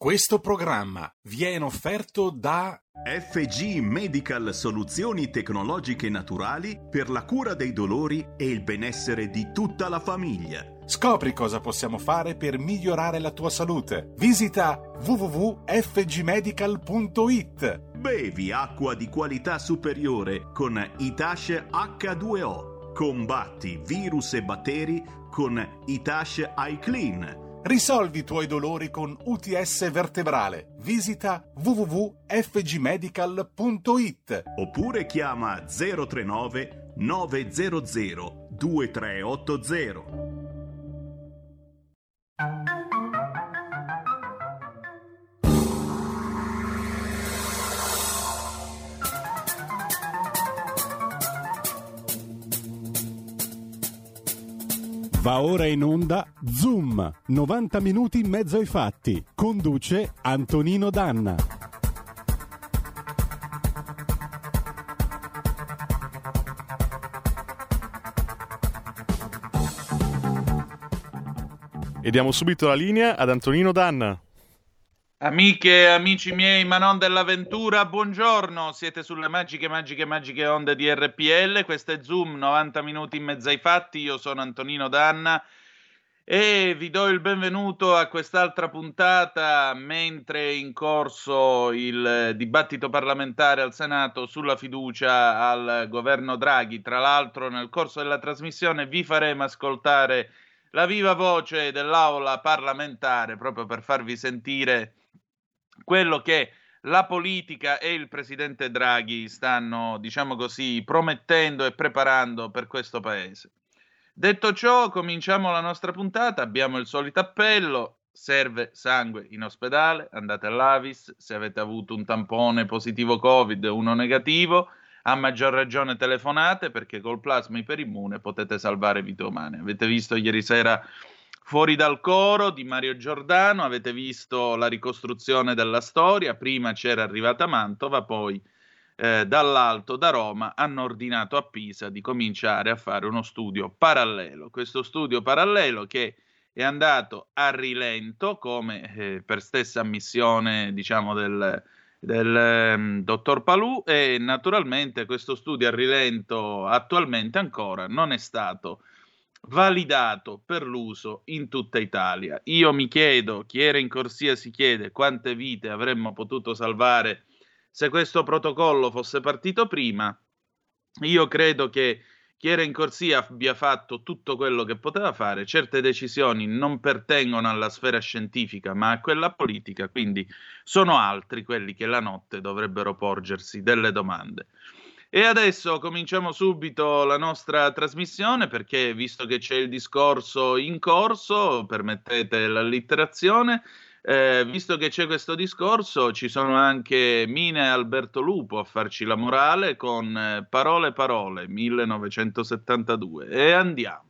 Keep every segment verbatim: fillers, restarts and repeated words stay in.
Questo programma viene offerto da F G Medical Soluzioni tecnologiche naturali per la cura dei dolori e il benessere di tutta la famiglia. Scopri cosa possiamo fare per migliorare la tua salute. Visita w w w punto f g medical punto i t. Bevi acqua di qualità superiore con Itash acca due o. Combatti virus e batteri con Itash iClean. Risolvi i tuoi dolori con U T S vertebrale. Visita w w w punto f g medical punto i t oppure chiama zero tre nove nove zero zero due tre otto zero. Va ora in onda Zoom, novanta minuti in mezzo ai fatti. Conduce Antonino Danna. E diamo subito la linea ad Antonino Danna. Amiche e amici miei, ma non dell'avventura, buongiorno, siete sulle magiche, magiche, magiche onde di R P L, questo è Zoom, novanta minuti in mezzo ai fatti, io sono Antonino Danna e vi do il benvenuto a quest'altra puntata mentre è in corso il dibattito parlamentare al Senato sulla fiducia al governo Draghi. Tra l'altro nel corso della trasmissione vi faremo ascoltare la viva voce dell'aula parlamentare proprio per farvi sentire quello che la politica e il presidente Draghi stanno, diciamo così, promettendo e preparando per questo paese. Detto ciò, cominciamo la nostra puntata. Abbiamo il solito appello: serve sangue in ospedale, andate all'Avis, se avete avuto un tampone positivo Covid, uno negativo, a maggior ragione telefonate, perché col plasma iperimmune potete salvare vite umane. Avete visto ieri sera Fuori dal coro di Mario Giordano, avete visto la ricostruzione della storia, prima c'era arrivata Mantova, poi eh, dall'alto, da Roma, hanno ordinato a Pisa di cominciare a fare uno studio parallelo. Questo studio parallelo che è andato a rilento, come eh, per stessa ammissione, diciamo, del, del um, dottor Palù, e naturalmente questo studio a rilento attualmente ancora non è stato validato per l'uso in tutta Italia. Io mi chiedo, chi era in corsia si chiede, quante vite avremmo potuto salvare se questo protocollo fosse partito prima. Io credo che chi era in corsia abbia fatto tutto quello che poteva fare. Certe decisioni non pertengono alla sfera scientifica ma a quella politica, quindi sono altri quelli che la notte dovrebbero porgersi delle domande. E adesso cominciamo subito la nostra trasmissione, perché visto che c'è il discorso in corso, permettete l'allitterazione, eh, visto che c'è questo discorso ci sono anche Mina e Alberto Lupo a farci la morale con eh, Parole Parole millenovecentosettantadue, e andiamo.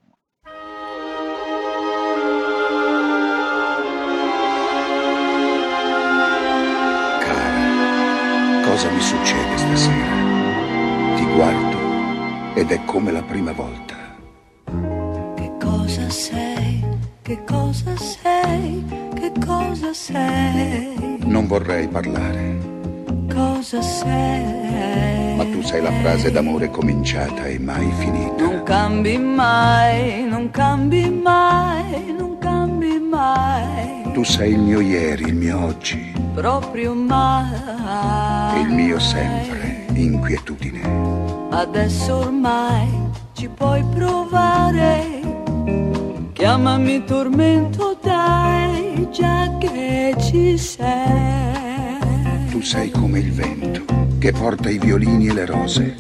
Cara, cosa mi succede stasera? Ti guardo ed è come la prima volta. Che cosa sei? Che cosa sei? Che cosa sei? Non vorrei parlare. Cosa sei? Ma tu sei la frase d'amore cominciata e mai finita. Non cambi mai, non cambi mai, non cambi mai. Tu sei il mio ieri, il mio oggi. Proprio mai. E il mio sempre, inquietudine. Adesso ormai ci puoi provare. Chiamami tormento, dai, già che ci sei. Tu sei come il vento che porta i violini e le rose.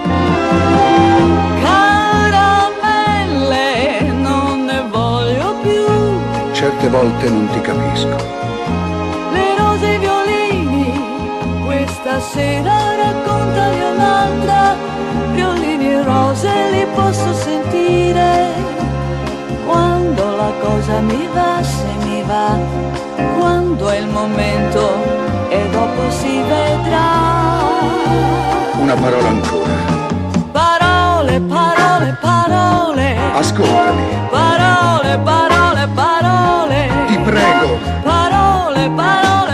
Caramelle, non ne voglio più. Certe volte non ti capisco. Le rose e i violini, questa sera raccontali un'altra. Violini e rose li posso sentire. Quando la cosa mi va, se mi va, quando è il momento e dopo si vedrà. Una parola ancora. Parole, parole, parole. Ascoltami. Parole, parole, parole. Ti prego. Parole, parole,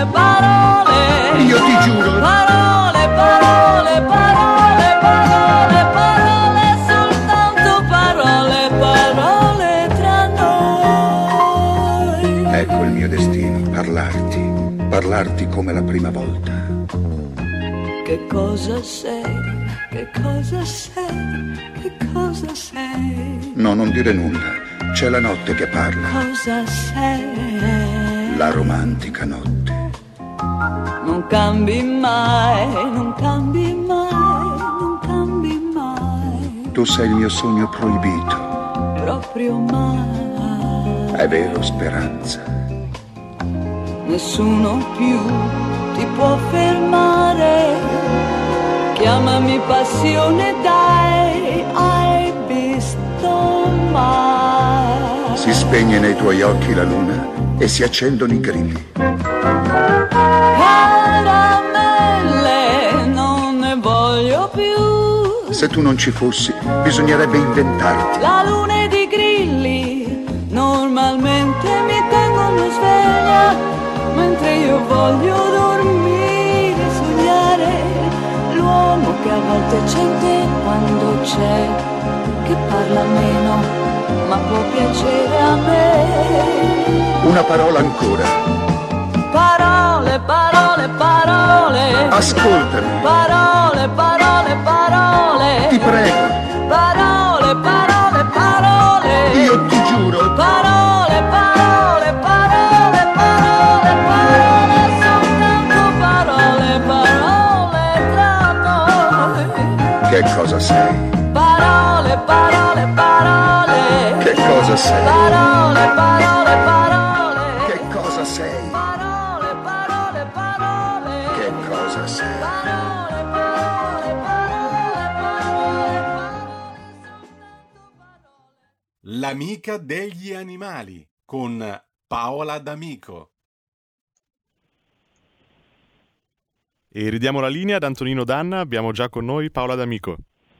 parlarti come la prima volta. Che cosa sei? Che cosa sei? Che cosa sei? No, non dire nulla. C'è la notte che parla. Cosa sei? La romantica notte. Non cambi mai, non cambi mai, non cambi mai. Tu sei il mio sogno proibito. Proprio mai. È vero, Speranza. Nessuno più ti può fermare. Chiamami passione, dai, hai visto mai? Si spegne nei tuoi occhi la luna e si accendono i grilli. Caramelle, non ne voglio più. Se tu non ci fossi, bisognerebbe inventarti. La luna ed i grilli normalmente mi tengono sveglia, mentre io voglio dormire, sognare. L'uomo che a volte c'è in te quando c'è, che parla meno, ma può piacere a me. Una parola ancora. Parole, parole, parole. Ascoltami. Parole, parole, parole. Ti prego. Parole, parole, parole. Io ti giuro. Parole, parole, parole, parole, parole, soltanto parole, parole tra noi. Che cosa sei? Parole, parole, parole. Che cosa sei? Parole, parole, parole. Che cosa sei? Parole, parole, parole. Che cosa sei? Parole, parole, parole, parole, parole, soltanto parole. L'amica degli animali con Paola D'Amico. E ridiamo la linea ad Antonino Danna, abbiamo già con noi Paola D'Amico.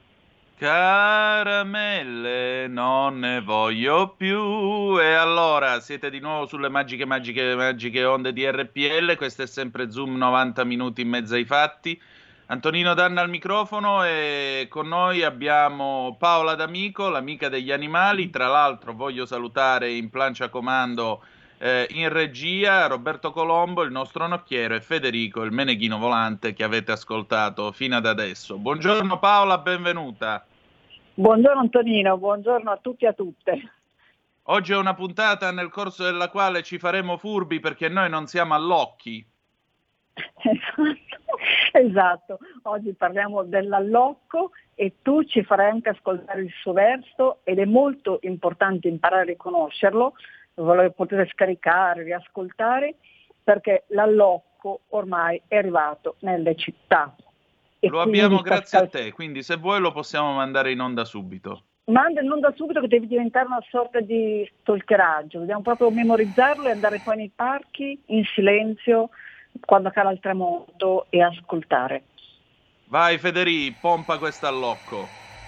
Caramelle, non ne voglio più. E allora, siete di nuovo sulle magiche, magiche, magiche onde di R P L. Questo è sempre Zoom, novanta minuti in mezzo ai fatti. Antonino Danna al microfono e con noi abbiamo Paola D'Amico, l'amica degli animali. Tra l'altro voglio salutare in plancia comando eh, in regia Roberto Colombo, il nostro nocchiero, e Federico, il meneghino volante che avete ascoltato fino ad adesso. Buongiorno Paola, benvenuta. Buongiorno Antonino, buongiorno a tutti e a tutte. Oggi è una puntata nel corso della quale ci faremo furbi perché noi non siamo allocchi. Esatto, esatto. Oggi parliamo dell'allocco e tu ci farai anche ascoltare il suo verso ed è molto importante imparare a riconoscerlo, lo potete scaricare, riascoltare, perché l'allocco ormai è arrivato nelle città. E lo abbiamo sta grazie scal- a te, quindi se vuoi lo possiamo mandare in onda subito. Manda non da subito che devi diventare una sorta di stalkeraggio, dobbiamo proprio memorizzarlo e andare poi nei parchi in silenzio quando cala il tramonto e ascoltare. Vai Federico, pompa questo allocco.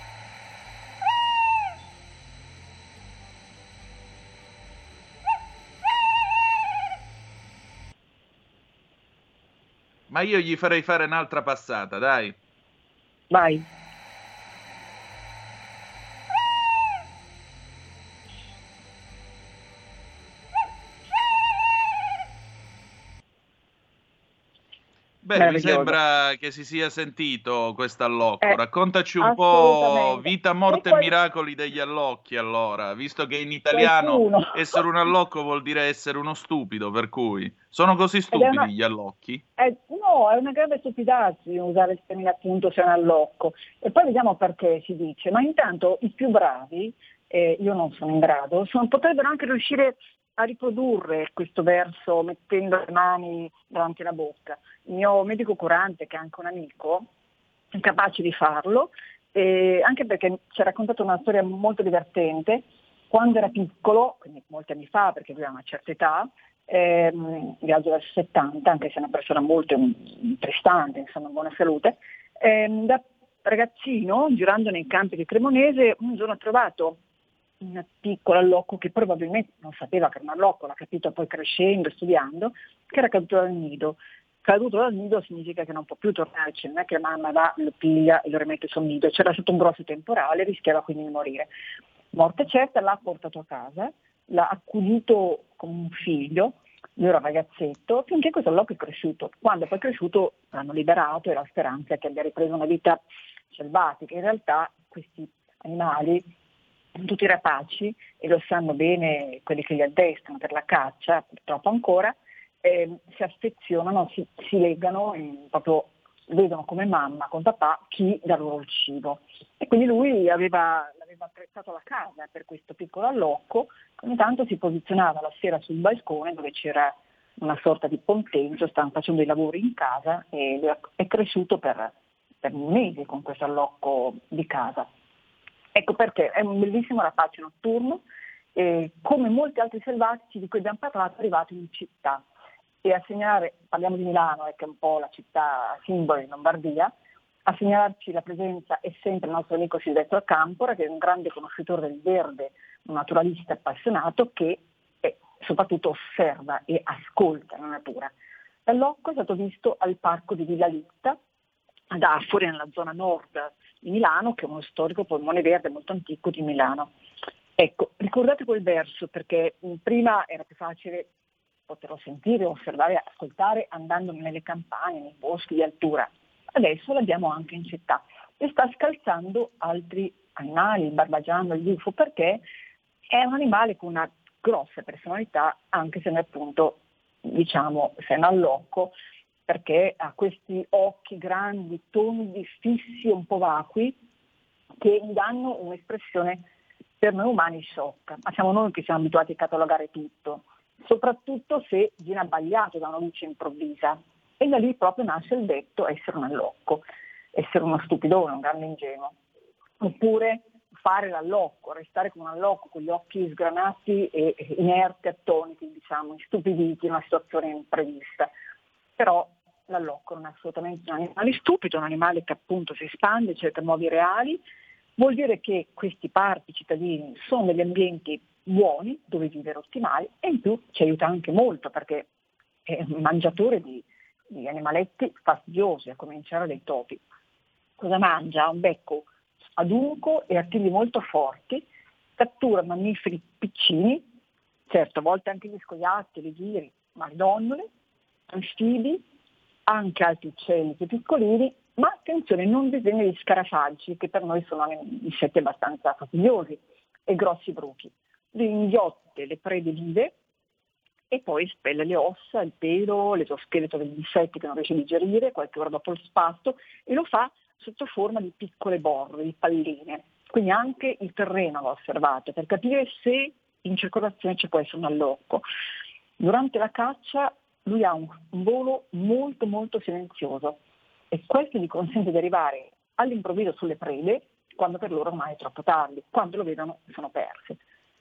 Ma io gli farei fare un'altra passata, dai. Vai. Beh, mi sembra che si sia sentito questo allocco. Eh, Raccontaci un po' vita, morte e miracoli degli allocchi, allora, visto che in italiano qualcuno. essere un allocco vuol dire essere uno stupido, per cui sono così stupidi una... gli allocchi? Eh, no, è una grande stupidaggine usare il termine appunto se è un allocco. E poi vediamo perché si dice, ma intanto i più bravi, eh, io non sono in grado, sono, potrebbero anche riuscire a riprodurre questo verso mettendo le mani davanti alla bocca. Il mio medico curante, che è anche un amico, è capace di farlo, e anche perché ci ha raccontato una storia molto divertente. Quando era piccolo, quindi molti anni fa, perché lui ha una certa età, ehm, viaggio verso settanta, anche se è una persona molto prestante, insomma, in buona salute, ehm, da ragazzino, girando nei campi di Cremonese, un giorno ha trovato un piccolo allocco che probabilmente non sapeva che era un allocco, l'ha capito poi crescendo, studiando, che era caduto dal nido. Caduto dal nido significa che non può più tornarci, non è che la mamma va, lo piglia e lo rimette sul nido, c'era stato un grosso temporale, rischiava quindi di morire. Morte certa, l'ha portato a casa, l'ha accudito come un figlio lui era ragazzetto, finché questo allocco è cresciuto. Quando poi è cresciuto l'hanno liberato e la speranza è che abbia ripreso una vita selvatica. In realtà questi animali, tutti rapaci, e lo sanno bene quelli che li addestrano per la caccia, purtroppo ancora, eh, si affezionano, si, si legano, in, proprio vedono come mamma con papà chi dà loro il cibo. E quindi lui aveva, aveva apprezzato la casa per questo piccolo allocco, ogni tanto si posizionava la sera sul balcone dove c'era una sorta di ponteggio, stavano facendo i lavori in casa e lui è cresciuto per, per mesi con questo allocco di casa. Ecco perché è un bellissimo rapace notturno, e come molti altri selvatici di cui abbiamo parlato è arrivato in città. E a segnalare, parliamo di Milano, che è un po' la città simbolo in Lombardia, a segnalarci la presenza è sempre il nostro amico Silvestro Campora, che è un grande conoscitore del verde, un naturalista appassionato che è, soprattutto osserva e ascolta la natura. L'allocco è stato visto al parco di Villa Litta, ad Affori, nella zona nord di Milano, che è uno storico polmone verde molto antico di Milano. Ecco, ricordate quel verso, perché prima era più facile poterlo sentire, osservare, ascoltare andando nelle campagne, nei boschi di altura. Adesso l'abbiamo anche in città e sta scalzando altri animali, il barbagianno, il gufo, perché è un animale con una grossa personalità, anche se ne appunto, diciamo, se è un allocco, perché ha questi occhi grandi, tondi, fissi, un po' vacui, che gli danno un'espressione per noi umani sciocca, ma siamo noi che siamo abituati a catalogare tutto, soprattutto se viene abbagliato da una luce improvvisa. E da lì proprio nasce il detto essere un allocco, essere uno stupidone, un grande ingenuo. Oppure fare l'allocco, restare con un allocco, con gli occhi sgranati e inerti, attoniti, diciamo, istupiditi in una situazione imprevista. Però l'allocco non è assolutamente un animale stupido, è un animale che appunto si espande, cerca nuovi reali. Vuol dire che questi parchi cittadini sono degli ambienti buoni, dove vivere, ottimali, e in più ci aiuta anche molto perché è un mangiatore di, di animaletti fastidiosi, a cominciare dai topi. Cosa mangia? Un becco adunco e artigli molto forti, cattura mammiferi piccini, certo a volte anche gli scoiattoli, le ghiri, ma le donnole, anfibi, anche altri uccelli più piccolini, ma attenzione, non disegna gli scarafaggi, che per noi sono insetti abbastanza fastidiosi, e grossi bruchi. Lui inghiotte le prede vive e poi spella le ossa, il pelo, l'esoscheletro degli insetti che non riesce a digerire qualche ora dopo il spasto, e lo fa sotto forma di piccole borre, di palline. Quindi anche il terreno va osservato per capire se in circolazione ci può essere un allocco. Durante la caccia lui ha un, un volo molto molto silenzioso e questo gli consente di arrivare all'improvviso sulle prede quando per loro ormai è troppo tardi, quando lo vedono sono perse.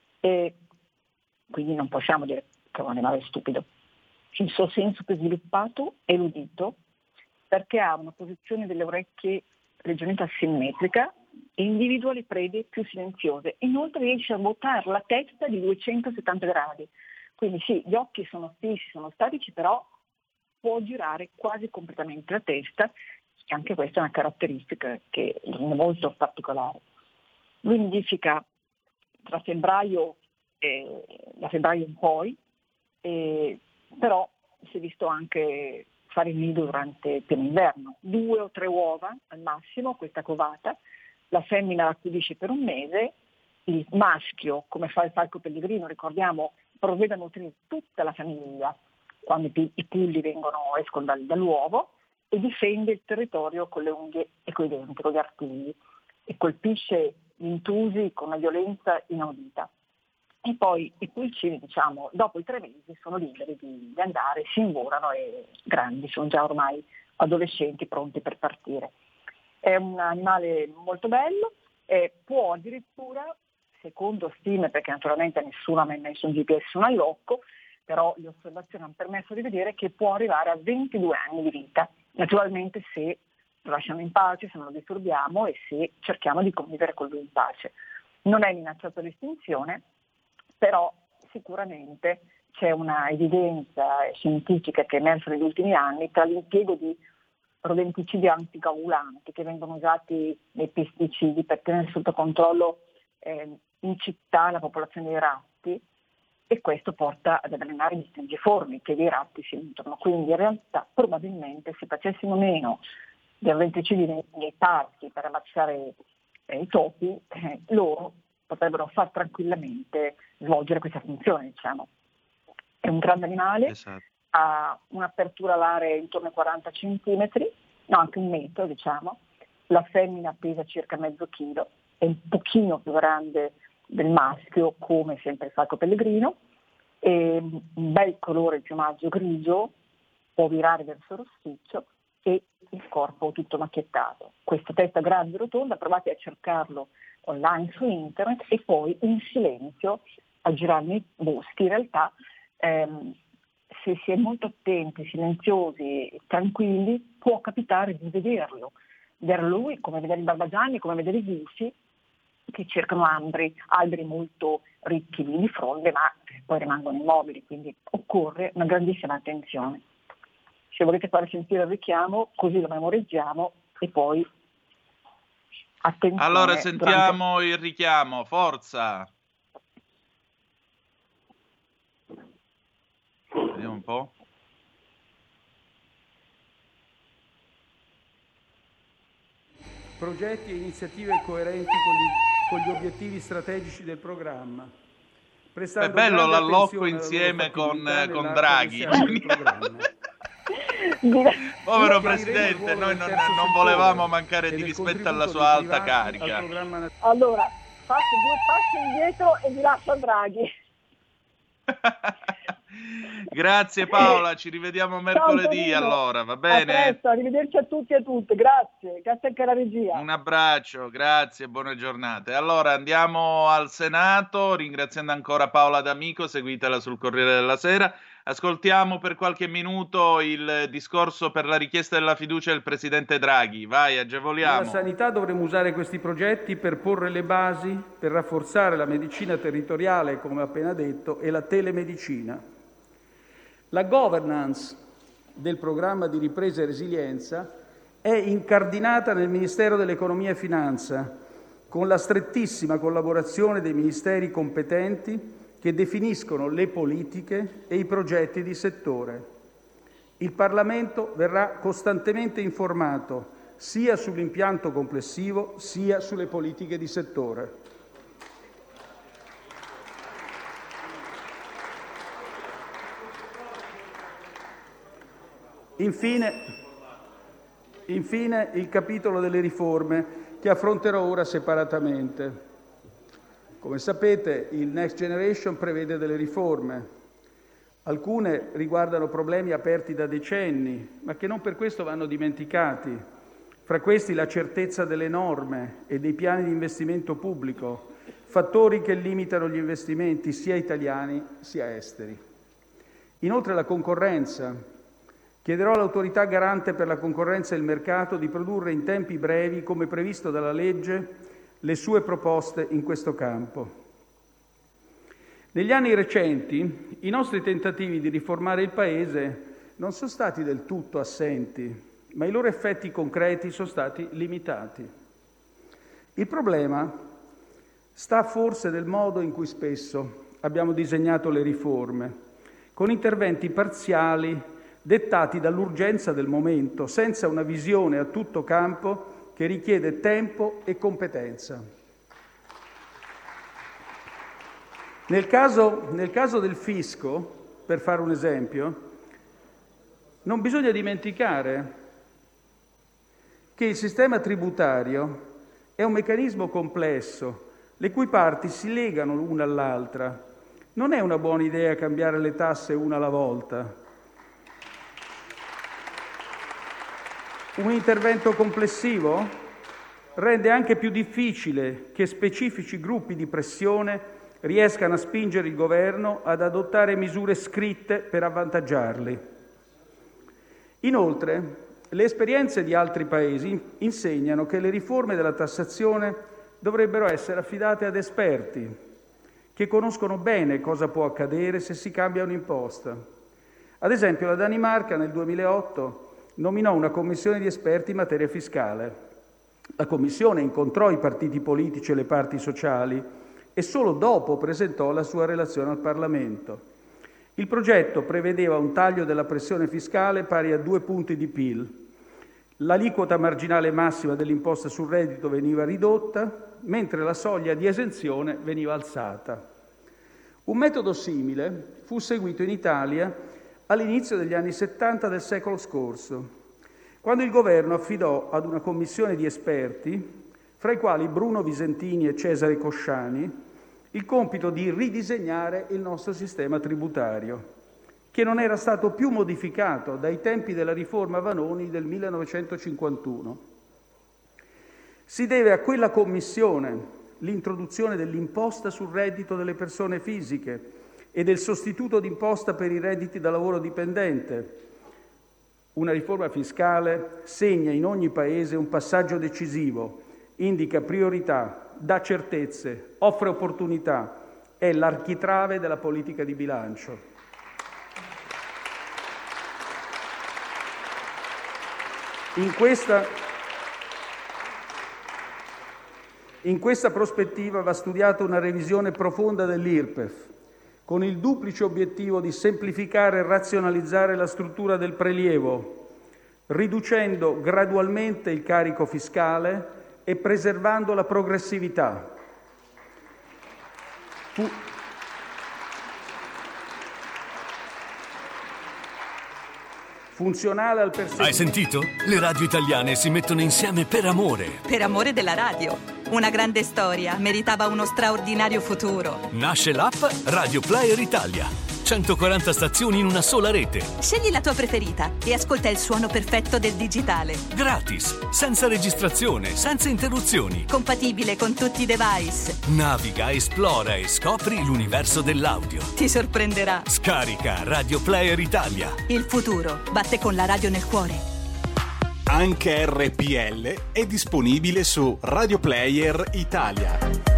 E quindi non possiamo dire che è un animale stupido. Il suo senso più sviluppato è l'udito, perché ha una posizione delle orecchie leggermente asimmetrica e individua le prede più silenziose. Inoltre riesce a ruotare la testa di duecentosettanta gradi. Quindi sì, gli occhi sono fissi, sono statici, però può girare quasi completamente la testa, e anche questa è una caratteristica che è molto particolare. Lui nidifica tra febbraio e da febbraio in poi, e, però si è visto anche fare il nido durante pieno inverno, due o tre uova al massimo, questa covata, la femmina la accudisce per un mese, il maschio, come fa il falco pellegrino, ricordiamo, provvede a nutrire tutta la famiglia quando i, i pulli vengono, escono dal, dall'uovo, e difende il territorio con le unghie e con i denti, con gli artigli, e colpisce gli intrusi con una violenza inaudita. E poi i pulcini, diciamo, dopo i tre mesi sono liberi di, di andare, si involano e grandi, sono già ormai adolescenti pronti per partire. È un animale molto bello e può addirittura, secondo stime, perché naturalmente nessuno ha mai messo un G P S un allocco, però le osservazioni hanno permesso di vedere che può arrivare a ventidue anni di vita, naturalmente se lo lasciamo in pace, se non lo disturbiamo e se cerchiamo di convivere con lui in pace. Non è minacciato all'estinzione, però sicuramente c'è una evidenza scientifica che è emersa negli ultimi anni tra l'impiego di rodenticidi anticoagulanti che vengono usati nei pesticidi per tenere sotto controllo eh, in città la popolazione dei ratti, e questo porta ad avvelenare gli stringiformi che dei ratti si nutrono. Quindi in realtà probabilmente se facessimo meno di avventicidi nei, nei parchi per ammazzare eh, i topi, eh, loro potrebbero far tranquillamente svolgere questa funzione, diciamo. È un grande animale, esatto. Ha un'apertura alare intorno ai quaranta centimetri, no, anche un metro, diciamo. La femmina pesa circa mezzo chilo, è un pochino più grande del maschio, come sempre il falco pellegrino, e un bel colore piumaggio grigio, può virare verso rossiccio e il corpo tutto macchiettato. Questa testa grande e rotonda, provate a cercarlo online su internet e poi in silenzio a girare nei boschi. In realtà ehm, se si è molto attenti, silenziosi, tranquilli, può capitare di vederlo. Vedere lui, come vedere i barbagianni, come vedere i gufi, che cercano alberi, alberi molto ricchi di fronde, ma poi rimangono immobili, quindi occorre una grandissima attenzione. Se volete fare sentire il richiamo, così lo memorizziamo e poi attenzione. Allora sentiamo durante... il richiamo, forza! Vediamo un po'. Progetti e iniziative coerenti con gli, con gli obiettivi strategici del programma. È bello l'allocco insieme con, con Draghi. Povero Presidente, noi non, non volevamo mancare di rispetto alla sua alta carica. Allora, faccio due passi indietro e vi lascio a Draghi. Grazie Paola, ci rivediamo mercoledì allora, va bene? A presto, arrivederci a tutti e a tutte, grazie, grazie anche alla regia. Un abbraccio, grazie, buone giornate. Allora andiamo al Senato, ringraziando ancora Paola D'Amico, seguitela sul Corriere della Sera. Ascoltiamo per qualche minuto il discorso per la richiesta della fiducia del Presidente Draghi. Vai, agevoliamo. Nella sanità dovremo usare questi progetti per porre le basi per rafforzare la medicina territoriale, come ho appena detto, e la telemedicina. La governance del programma di ripresa e resilienza è incardinata nel Ministero dell'Economia e Finanza, con la strettissima collaborazione dei ministeri competenti che definiscono le politiche e i progetti di settore. Il Parlamento verrà costantemente informato sia sull'impianto complessivo sia sulle politiche di settore. Infine, infine, il capitolo delle riforme che affronterò ora separatamente. Come sapete, il Next Generation prevede delle riforme. Alcune riguardano problemi aperti da decenni, ma che non per questo vanno dimenticati. Fra questi la certezza delle norme e dei piani di investimento pubblico, fattori che limitano gli investimenti sia italiani sia esteri. Inoltre la concorrenza. Chiederò all'Autorità Garante per la Concorrenza e il Mercato di produrre in tempi brevi, come previsto dalla legge, le sue proposte in questo campo. Negli anni recenti i nostri tentativi di riformare il Paese non sono stati del tutto assenti, ma i loro effetti concreti sono stati limitati. Il problema sta forse nel modo in cui spesso abbiamo disegnato le riforme, con interventi parziali dettati dall'urgenza del momento, senza una visione a tutto campo che richiede tempo e competenza. Nel caso, nel caso del fisco, per fare un esempio, non bisogna dimenticare che il sistema tributario è un meccanismo complesso, le cui parti si legano l'una all'altra. Non è una buona idea cambiare le tasse una alla volta. Un intervento complessivo rende anche più difficile che specifici gruppi di pressione riescano a spingere il governo ad adottare misure scritte per avvantaggiarli. Inoltre, le esperienze di altri Paesi insegnano che le riforme della tassazione dovrebbero essere affidate ad esperti che conoscono bene cosa può accadere se si cambia un'imposta. Ad esempio, la Danimarca nel duemilaotto nominò una commissione di esperti in materia fiscale. La commissione incontrò i partiti politici e le parti sociali e solo dopo presentò la sua relazione al Parlamento. Il progetto prevedeva un taglio della pressione fiscale pari a due punti di P I L. L'aliquota marginale massima dell'imposta sul reddito veniva ridotta, mentre la soglia di esenzione veniva alzata. Un metodo simile fu seguito in Italia all'inizio degli anni settanta del secolo scorso, quando il governo affidò ad una commissione di esperti, fra i quali Bruno Visentini e Cesare Cosciani, il compito di ridisegnare il nostro sistema tributario, che non era stato più modificato dai tempi della riforma Vanoni del millenovecentocinquantuno. Si deve a quella commissione l'introduzione dell'imposta sul reddito delle persone fisiche e del sostituto d'imposta per i redditi da lavoro dipendente. Una riforma fiscale segna in ogni Paese un passaggio decisivo, indica priorità, dà certezze, offre opportunità, è l'architrave della politica di bilancio. In questa, in questa prospettiva va studiata una revisione profonda dell'I R P E F, con il duplice obiettivo di semplificare e razionalizzare la struttura del prelievo, riducendo gradualmente il carico fiscale e preservando la progressività. Fu... Funzionale al personale. Hai sentito? Le radio italiane si mettono insieme per amore. Per amore della radio. Una grande storia meritava uno straordinario futuro. Nasce l'app Radio Player Italia. centoquaranta stazioni in una sola rete. Scegli la tua preferita e ascolta il suono perfetto del digitale. Gratis, senza registrazione, senza interruzioni. Compatibile con tutti i device. Naviga, esplora e scopri l'universo dell'audio. Ti sorprenderà. Scarica Radio Player Italia. Il futuro batte con la radio nel cuore. Anche R P L è disponibile su Radio Player Italia.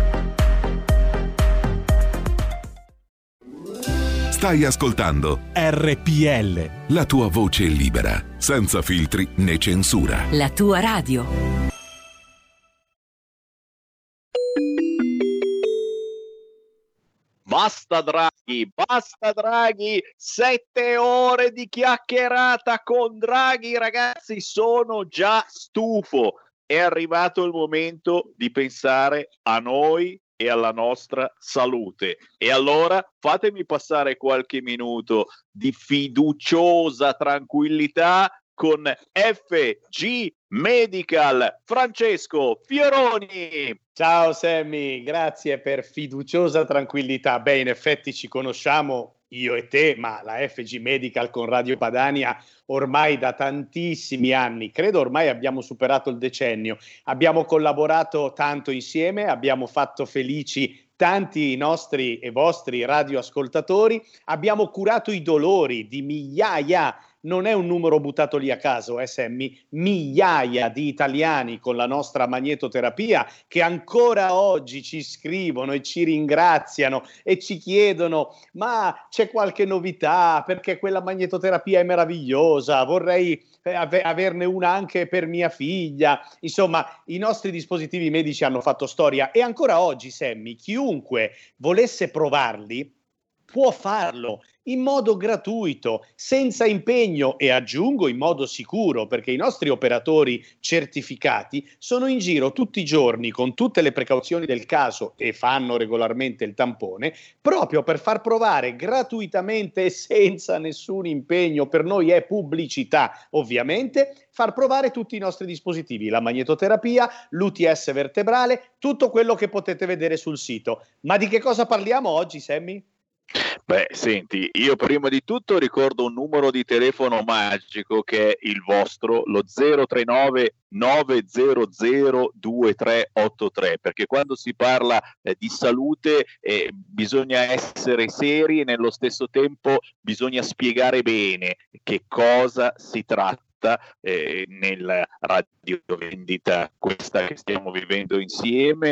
Stai ascoltando R P L, la tua voce libera, senza filtri né censura. La tua radio. Basta Draghi, basta Draghi, sette ore di chiacchierata con Draghi, ragazzi, sono già stufo. È arrivato il momento di pensare a noi e alla nostra salute. E allora fatemi passare qualche minuto di fiduciosa tranquillità con F G Medical. Francesco Fioroni. Ciao Sammy, grazie per fiduciosa tranquillità. Beh, in effetti ci conosciamo io e te, ma la F G Medical con Radio Padania ormai da tantissimi anni, credo ormai abbiamo superato il decennio, abbiamo collaborato tanto insieme, abbiamo fatto felici tanti nostri e vostri radioascoltatori, abbiamo curato i dolori di migliaia, non è un numero buttato lì a caso, eh Sammy, migliaia di italiani con la nostra magnetoterapia che ancora oggi ci scrivono e ci ringraziano e ci chiedono ma c'è qualche novità perché quella magnetoterapia è meravigliosa, vorrei averne una anche per mia figlia. Insomma, i nostri dispositivi medici hanno fatto storia e ancora oggi, Sammy, chiunque volesse provarli può farlo in modo gratuito, senza impegno e aggiungo in modo sicuro, perché i nostri operatori certificati sono in giro tutti i giorni con tutte le precauzioni del caso e fanno regolarmente il tampone, proprio per far provare gratuitamente e senza nessun impegno, per noi è pubblicità ovviamente, far provare tutti i nostri dispositivi, la magnetoterapia, l'U T S vertebrale, tutto quello che potete vedere sul sito. Ma di che cosa parliamo oggi, Sammy? Beh, senti, io prima di tutto ricordo un numero di telefono magico che è il vostro, lo zero tre nove nove zero zero due tre otto tre, perché quando si parla eh, di salute eh, bisogna essere seri e nello stesso tempo bisogna spiegare bene che cosa si tratta eh, nella radio vendita questa che stiamo vivendo insieme.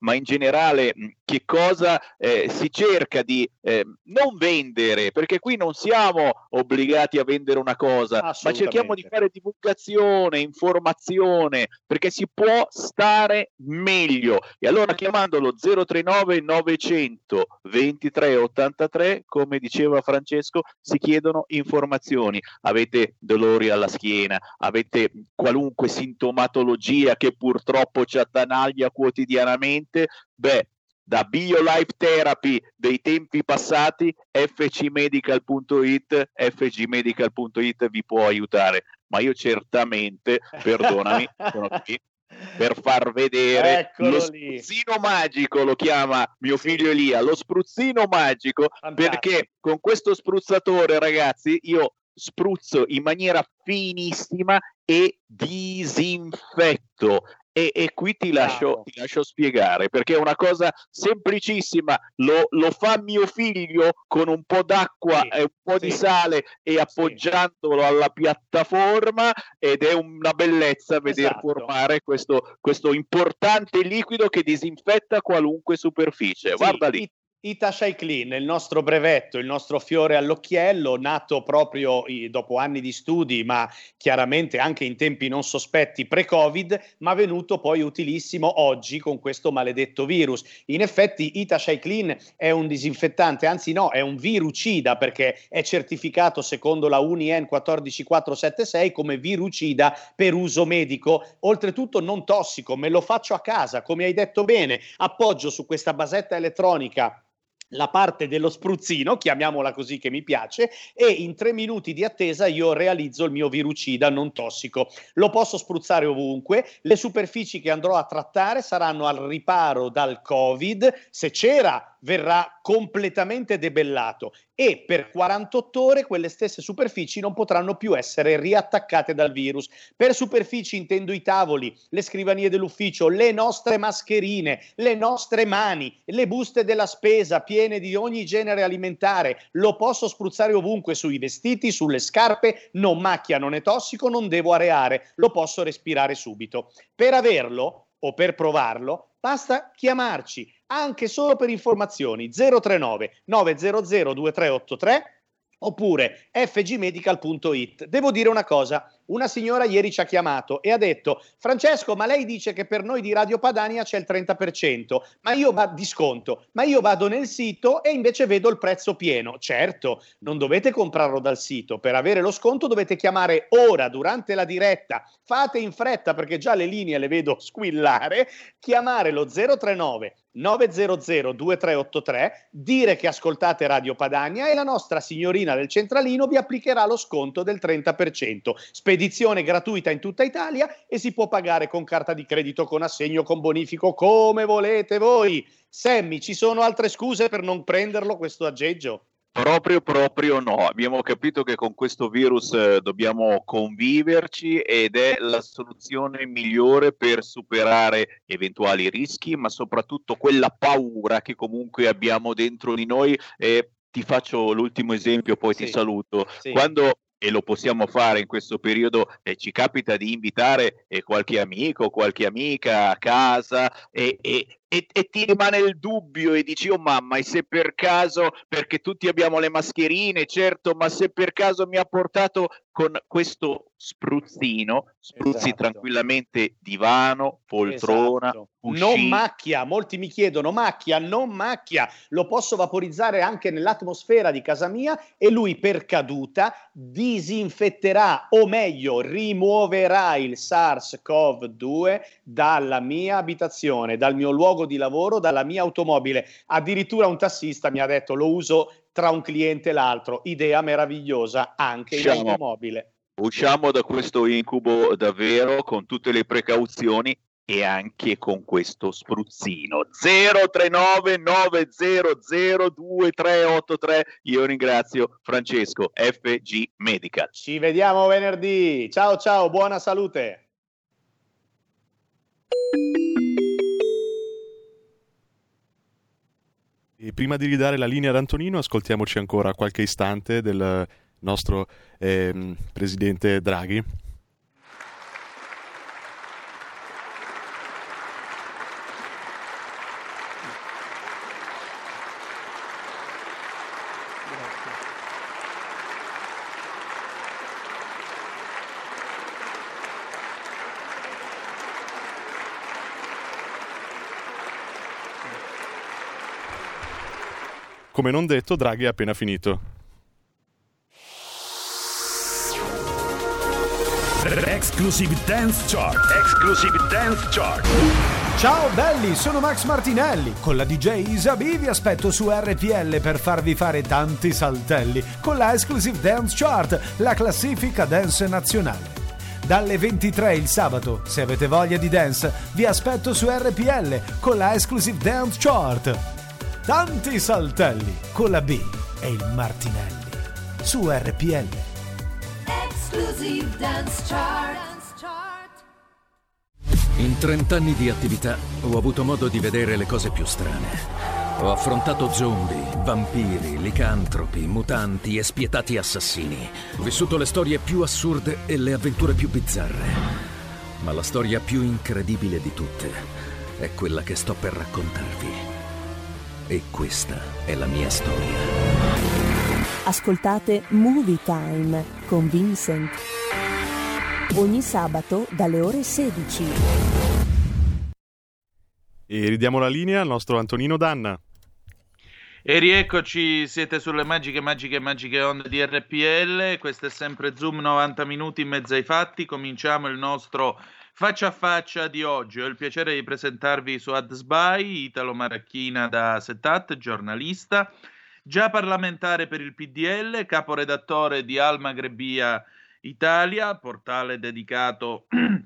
ma in generale che cosa eh, si cerca di eh, non vendere, perché qui non siamo obbligati a vendere una cosa, ma cerchiamo di fare divulgazione, informazione, perché si può stare meglio. E allora chiamandolo zero tre nove novecento ventitré ottantatré, come diceva Francesco, si chiedono informazioni. Avete dolori alla schiena, avete qualunque sintomatologia che purtroppo ci attanaglia quotidianamente, beh, da BioLife Therapy dei tempi passati, f c medical punto it, f g medical punto it vi può aiutare, ma io certamente, perdonami, sono qui per far vedere Eccolo lo spruzzino lì. magico, lo chiama mio figlio Elia, lo spruzzino magico. Fantastico. Perché con questo spruzzatore, ragazzi, io spruzzo in maniera finissima e disinfetto. E, e qui ti lascio, ti lascio spiegare, perché è una cosa semplicissima, lo, lo fa mio figlio con un po' d'acqua sì, e un po' sì. di sale e appoggiandolo sì. alla piattaforma, ed è una bellezza vedere esatto. formare questo, questo importante liquido che disinfetta qualunque superficie. Sì, guarda lì. Itasha Clean, il nostro brevetto, il nostro fiore all'occhiello, nato proprio dopo anni di studi, ma chiaramente anche in tempi non sospetti pre-Covid, ma venuto poi utilissimo oggi con questo maledetto virus. In effetti Itasha Clean è un disinfettante, anzi no, è un virucida, perché è certificato secondo la U N I N uno quattro quattro sette sei come virucida per uso medico, oltretutto non tossico. Me lo faccio a casa, come hai detto bene, appoggio su questa basetta elettronica la parte dello spruzzino, chiamiamola così che mi piace, e in tre minuti di attesa io realizzo il mio virucida non tossico. Lo posso spruzzare ovunque, le superfici che andrò a trattare saranno al riparo dal Covid, se c'era verrà completamente debellato, e per quarantotto ore quelle stesse superfici non potranno più essere riattaccate dal virus. Per superfici intendo i tavoli, le scrivanie dell'ufficio, le nostre mascherine, le nostre mani, le buste della spesa piene di ogni genere alimentare. Lo posso spruzzare ovunque, sui vestiti, sulle scarpe, non macchia, non è tossico, non devo areare, lo posso respirare subito. Per averlo o per provarlo basta chiamarci, anche solo per informazioni, zero tre nove nove zero zero due tre otto tre oppure f g medical punto it. Devo dire una cosa, una signora ieri ci ha chiamato e ha detto: Francesco, ma lei dice che per noi di Radio Padania c'è il trenta per cento, ma io va di sconto, ma io vado nel sito e invece vedo il prezzo pieno. Certo, non dovete comprarlo dal sito, per avere lo sconto dovete chiamare ora durante la diretta, fate in fretta perché già le linee le vedo squillare, chiamare lo zero tre nove nove zero zero due tre otto tre, dire che ascoltate Radio Padania e la nostra signorina del centralino vi applicherà lo sconto del trenta per cento. Spedizione gratuita in tutta Italia e si può pagare con carta di credito, con assegno, con bonifico, come volete voi. Sammy, ci sono altre scuse per non prenderlo questo aggeggio? Proprio, proprio no. Abbiamo capito che con questo virus eh, dobbiamo conviverci ed è la soluzione migliore per superare eventuali rischi, ma soprattutto quella paura che comunque abbiamo dentro di noi. Eh, ti faccio l'ultimo esempio, poi sì. ti saluto. Sì. Quando e lo possiamo fare in questo periodo, eh, ci capita di invitare eh, qualche amico, qualche amica a casa e, e, e, e ti rimane il dubbio e dici: oh mamma, e se per caso, perché tutti abbiamo le mascherine, certo, ma se per caso mi ha portato con questo spruzzino, spruzzi esatto. tranquillamente divano, poltrona, esatto. Non macchia, molti mi chiedono: macchia, non macchia, lo posso vaporizzare anche nell'atmosfera di casa mia e lui per caduta disinfetterà, o meglio rimuoverà il SARS-CoV due dalla mia abitazione, dal mio luogo di lavoro, dalla mia automobile. Addirittura un tassista mi ha detto: lo uso tra un cliente e l'altro, idea meravigliosa anche in automobile. Usciamo da questo incubo davvero con tutte le precauzioni e anche con questo spruzzino. Zero tre nove nove zero zero due tre otto tre. Io ringrazio Francesco, F G Medical. Ci vediamo venerdì. Ciao ciao, buona salute. E prima di ridare la linea ad Antonino, ascoltiamoci ancora qualche istante del nostro eh, presidente Draghi. come non detto, Draghi ha appena finito. Exclusive Dance Chart. Exclusive Dance Chart. Ciao belli, sono Max Martinelli. Con la D J Isabi vi aspetto su R P L per farvi fare tanti saltelli con la Exclusive Dance Chart, la classifica dance nazionale. Dalle ventitré il sabato, se avete voglia di dance, vi aspetto su R P L con la Exclusive Dance Chart. Tanti saltelli con la B e il Martinelli su R P L. Exclusive Dance Chart. In trent'anni di attività ho avuto modo di vedere le cose più strane. Ho affrontato zombie, vampiri, licantropi, mutanti e spietati assassini. Ho vissuto le storie più assurde e le avventure più bizzarre. Ma la storia più incredibile di tutte è quella che sto per raccontarvi. E questa è la mia storia. Ascoltate Movie Time con Vincent. Ogni sabato dalle ore sedici. E ridiamo la linea al nostro Antonino Danna. E rieccoci, siete sulle magiche, magiche, magiche onde di R P L. Questo è sempre Zoom, novanta minuti in mezzo ai fatti. Cominciamo il nostro faccia a faccia di oggi. Ho il piacere di presentarvi Suad Sbai, Italo Maracchina da Settat, giornalista, già parlamentare per il P D L, caporedattore di Al Magrebia Italia, portale dedicato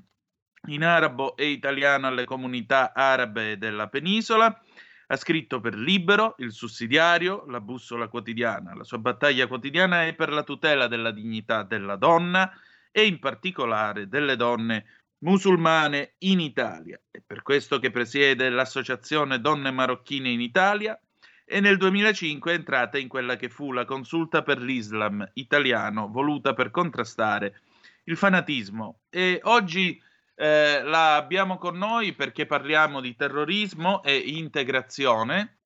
in arabo e italiano alle comunità arabe della penisola. Ha scritto per Libero, Il Sussidiario, La Bussola Quotidiana. La sua battaglia quotidiana è per la tutela della dignità della donna e in particolare delle donne musulmane in Italia. È per questo che presiede l'Associazione Donne Marocchine in Italia e nel duemilacinque è entrata in quella che fu la Consulta per l'Islam italiano, voluta per contrastare il fanatismo. E oggi Eh, la abbiamo con noi perché parliamo di terrorismo e integrazione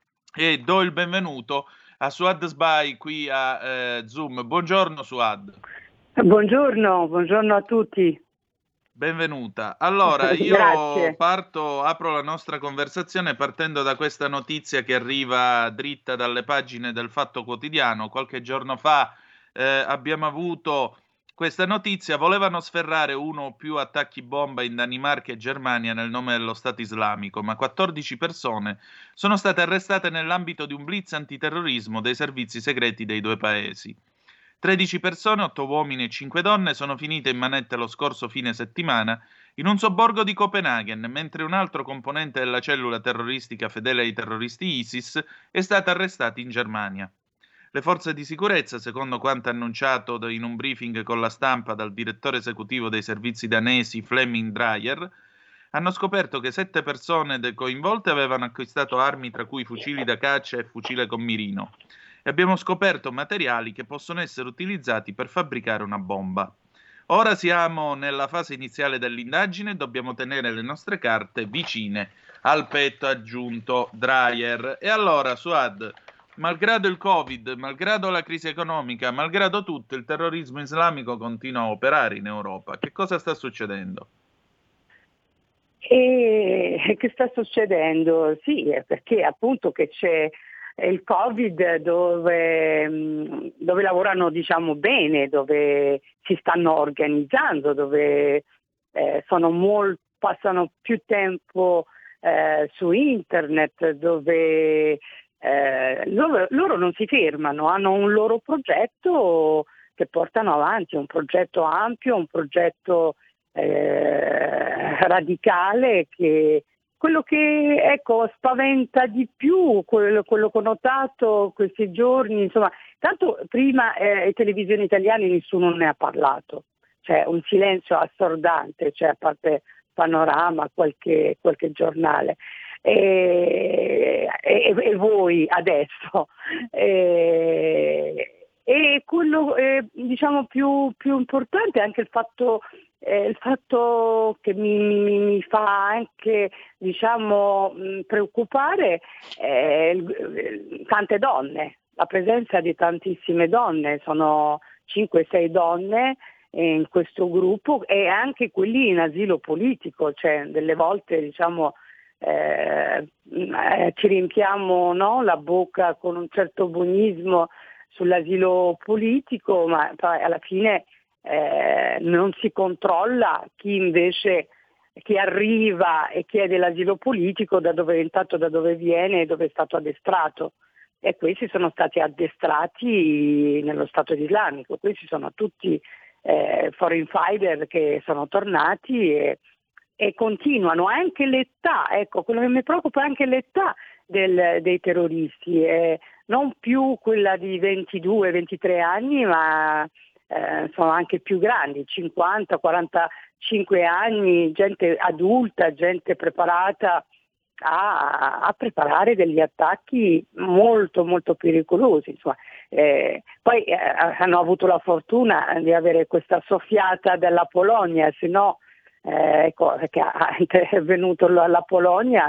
e do il benvenuto a Suad Sbai qui a eh, Zoom. Buongiorno Suad. Buongiorno, buongiorno a tutti. Benvenuta. Allora, io Grazie. parto, apro la nostra conversazione partendo da questa notizia che arriva dritta dalle pagine del Fatto Quotidiano. Qualche giorno fa eh, abbiamo avuto questa notizia: volevano sferrare uno o più attacchi bomba in Danimarca e Germania nel nome dello Stato islamico, ma quattordici persone sono state arrestate nell'ambito di un blitz antiterrorismo dei servizi segreti dei due paesi. tredici persone, otto uomini e cinque donne, sono finite in manette lo scorso fine settimana in un sobborgo di Copenaghen, mentre un altro componente della cellula terroristica fedele ai terroristi ISIS è stato arrestato in Germania. Le forze di sicurezza, secondo quanto annunciato in un briefing con la stampa dal direttore esecutivo dei servizi danesi Flemming Dreyer, hanno scoperto che sette persone coinvolte avevano acquistato armi tra cui fucili da caccia e fucile con mirino. E abbiamo scoperto materiali che possono essere utilizzati per fabbricare una bomba. Ora siamo nella fase iniziale dell'indagine e dobbiamo tenere le nostre carte vicine al petto, ha aggiunto Dreyer. E allora, Suad, malgrado il Covid, malgrado la crisi economica, malgrado tutto, il terrorismo islamico continua a operare in Europa. Che cosa sta succedendo? E che sta succedendo? Sì, è perché appunto che c'è il Covid dove, dove lavorano diciamo bene, dove si stanno organizzando, dove eh, sono molt, passano più tempo eh, su internet, dove Eh, loro, loro non si fermano, hanno un loro progetto che portano avanti, un progetto ampio, un progetto eh, radicale, che quello che ecco spaventa di più, quello, quello che ho notato questi giorni, insomma, tanto prima eh, le televisioni italiane nessuno ne ha parlato, c'è un silenzio assordante, cioè a parte Panorama, qualche, qualche giornale. E, e, e voi adesso e, e quello eh, diciamo più, più importante è anche il fatto eh, il fatto che mi, mi, mi fa anche diciamo mh, preoccupare eh, tante donne, la presenza di tantissime donne, sono cinque sei donne in questo gruppo e anche quelli in asilo politico, cioè delle volte diciamo eh, eh, ci riempiamo, no, la bocca con un certo buonismo sull'asilo politico, ma poi alla fine eh, non si controlla chi invece chi arriva e chiede l'asilo politico, da dove, intanto da dove viene e dove è stato addestrato. E questi sono stati addestrati nello Stato islamico, questi sono tutti eh, foreign fighter che sono tornati e, e continuano. Anche l'età, ecco, quello che mi preoccupa è anche l'età del, dei terroristi, eh, non più quella di ventidue ventitré anni, ma eh, sono anche più grandi, cinquanta quarantacinque anni, gente adulta, gente preparata A, a preparare degli attacchi molto molto pericolosi, insomma. Eh, poi eh, hanno avuto la fortuna di avere questa soffiata della Polonia, se no eh, ecco, che è venuto la Polonia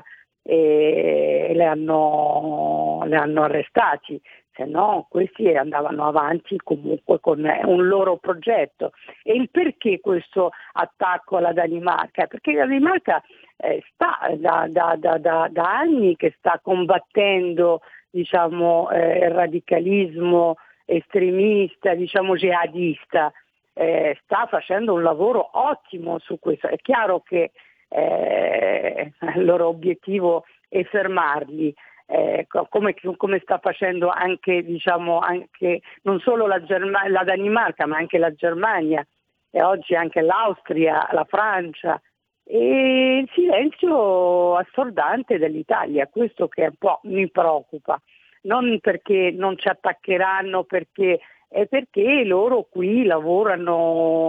e le hanno, le hanno arrestati, se no questi andavano avanti comunque con un loro progetto. E il perché questo attacco alla Danimarca? Perché la Danimarca eh, sta da, da, da, da, da anni che sta combattendo, diciamo, eh, il radicalismo estremista, diciamo jihadista, eh, sta facendo un lavoro ottimo su questo. È chiaro che eh, il loro obiettivo è fermarli. Eh, come, come sta facendo anche, diciamo, anche non solo la, Germa- la Danimarca, ma anche la Germania e oggi anche l'Austria, la Francia, e il silenzio assordante dell'Italia, questo che un po' mi preoccupa, non perché non ci attaccheranno, perché è perché loro qui lavorano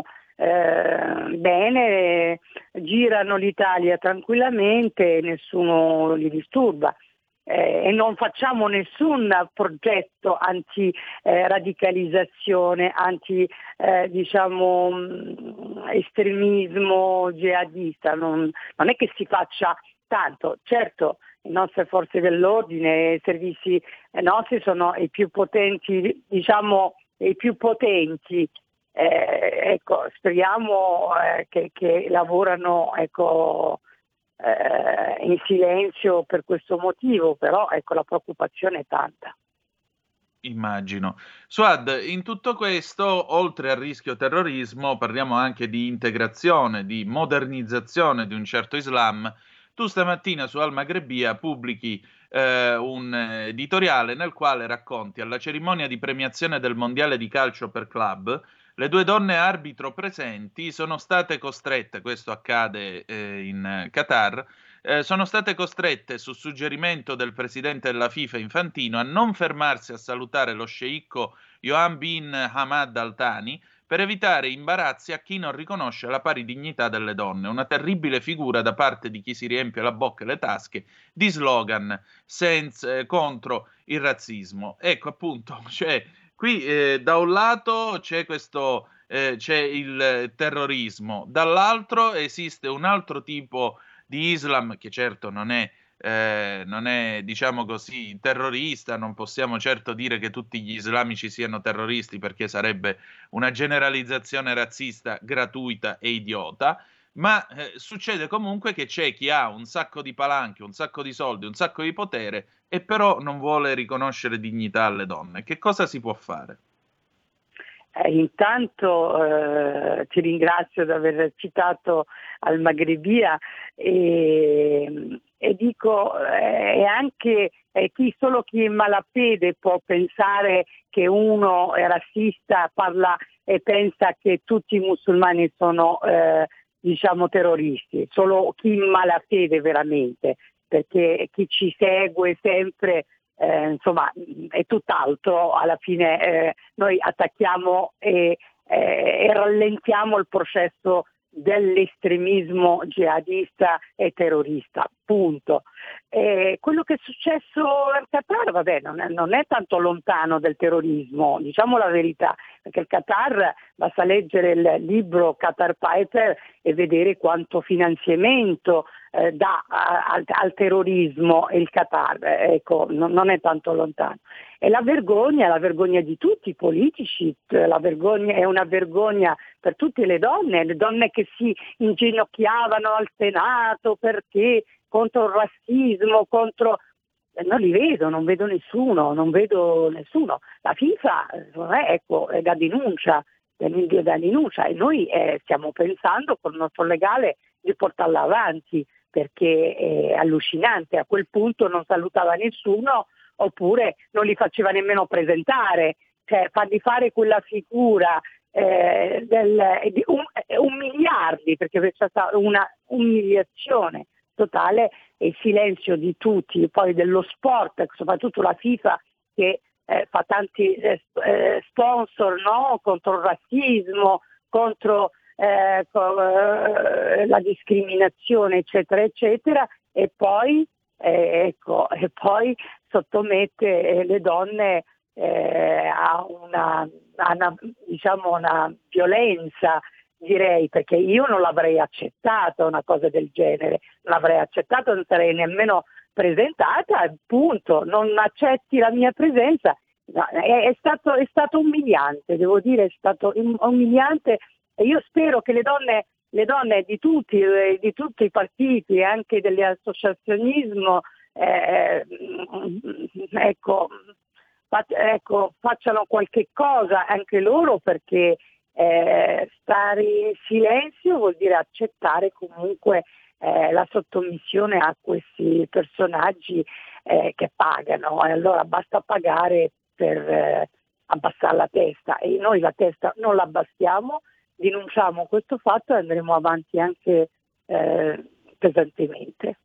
eh, bene, girano l'Italia tranquillamente, nessuno li disturba. Eh, e non facciamo nessun progetto anti-radicalizzazione, eh, anti eh, diciamo mh, estremismo jihadista, non, non è che si faccia tanto. Certo, le nostre forze dell'ordine, i servizi nostri sono i più potenti, diciamo i più potenti, eh, ecco, speriamo eh, che, che lavorano, ecco, Eh, in silenzio per questo motivo, però ecco, la preoccupazione è tanta. Immagino. Suad, in tutto questo, oltre al rischio terrorismo, parliamo anche di integrazione, di modernizzazione di un certo Islam. Tu stamattina su Al Magrebia pubblichi eh, un editoriale nel quale racconti alla cerimonia di premiazione del Mondiale di calcio per club le due donne arbitro presenti sono state costrette, questo accade eh, in Qatar, eh, sono state costrette su suggerimento del presidente della FIFA Infantino a non fermarsi a salutare lo sceicco Johan bin Hamad Al Thani per evitare imbarazzi a chi non riconosce la pari dignità delle donne. Una terribile figura da parte di chi si riempie la bocca e le tasche di slogan senza, eh, contro il razzismo. Ecco appunto, cioè... Qui eh, da un lato c'è questo, eh, c'è il terrorismo, dall'altro esiste un altro tipo di Islam che certo non è, eh, non è, diciamo così, terrorista. Non possiamo certo dire che tutti gli islamici siano terroristi, perché sarebbe una generalizzazione razzista gratuita e idiota. Ma eh, succede comunque che c'è chi ha un sacco di palanche, un sacco di soldi, un sacco di potere e però non vuole riconoscere dignità alle donne. Che cosa si può fare? Eh, intanto eh, ti ringrazio di aver citato Al Magrebia e, e dico eh, anche eh, chi solo chi è malafede può pensare che uno è razzista, parla e pensa che tutti i musulmani sono eh, diciamo terroristi, solo chi in malafede veramente, perché chi ci segue sempre eh, insomma è tutt'altro. Alla fine eh, noi attacchiamo e, eh, e rallentiamo il processo dell'estremismo jihadista e terrorista, punto. E quello che è successo al Qatar, vabbè, non è, non è tanto lontano del terrorismo, diciamo la verità, perché il Qatar, basta leggere il libro Qatar Piper e vedere quanto finanziamento eh, dà a, al, al terrorismo il Qatar, ecco, non, non è tanto lontano. E la vergogna, la vergogna di tutti i politici, la vergogna è una vergogna per tutte le donne, le donne che si inginocchiavano al Senato perché contro il razzismo, contro... Non li vedo, non vedo nessuno, non vedo nessuno. La FIFA è, ecco, è da denuncia, è da denuncia e noi eh, stiamo pensando con il nostro legale di portarla avanti, perché è allucinante, a quel punto non salutava nessuno oppure non li faceva nemmeno presentare, cioè fargli fare quella figura eh, del, di un, un miliardi, perché c'è stata una umiliazione totale e il silenzio di tutti, poi dello sport, soprattutto la FIFA che eh, fa tanti eh, sponsor, no? Contro il razzismo, contro eh, co- eh, la discriminazione, eccetera, eccetera, e poi, eh, ecco, e poi sottomette le donne eh, a una, a una, diciamo, una violenza, direi, perché io non l'avrei accettata una cosa del genere, non l'avrei accettato, non sarei nemmeno presentata, punto, non accetti la mia presenza. No, è, è, stato, è stato umiliante, devo dire, è stato umiliante e io spero che le donne, le donne di tutti, di tutti i partiti e anche dell'associazionismo eh, ecco, fa, ecco, facciano qualche cosa anche loro, perché Eh, stare in silenzio vuol dire accettare comunque eh, la sottomissione a questi personaggi eh, che pagano, e allora basta pagare per eh, abbassare la testa, e noi la testa non la abbassiamo, denunciamo questo fatto e andremo avanti anche eh, pesantemente.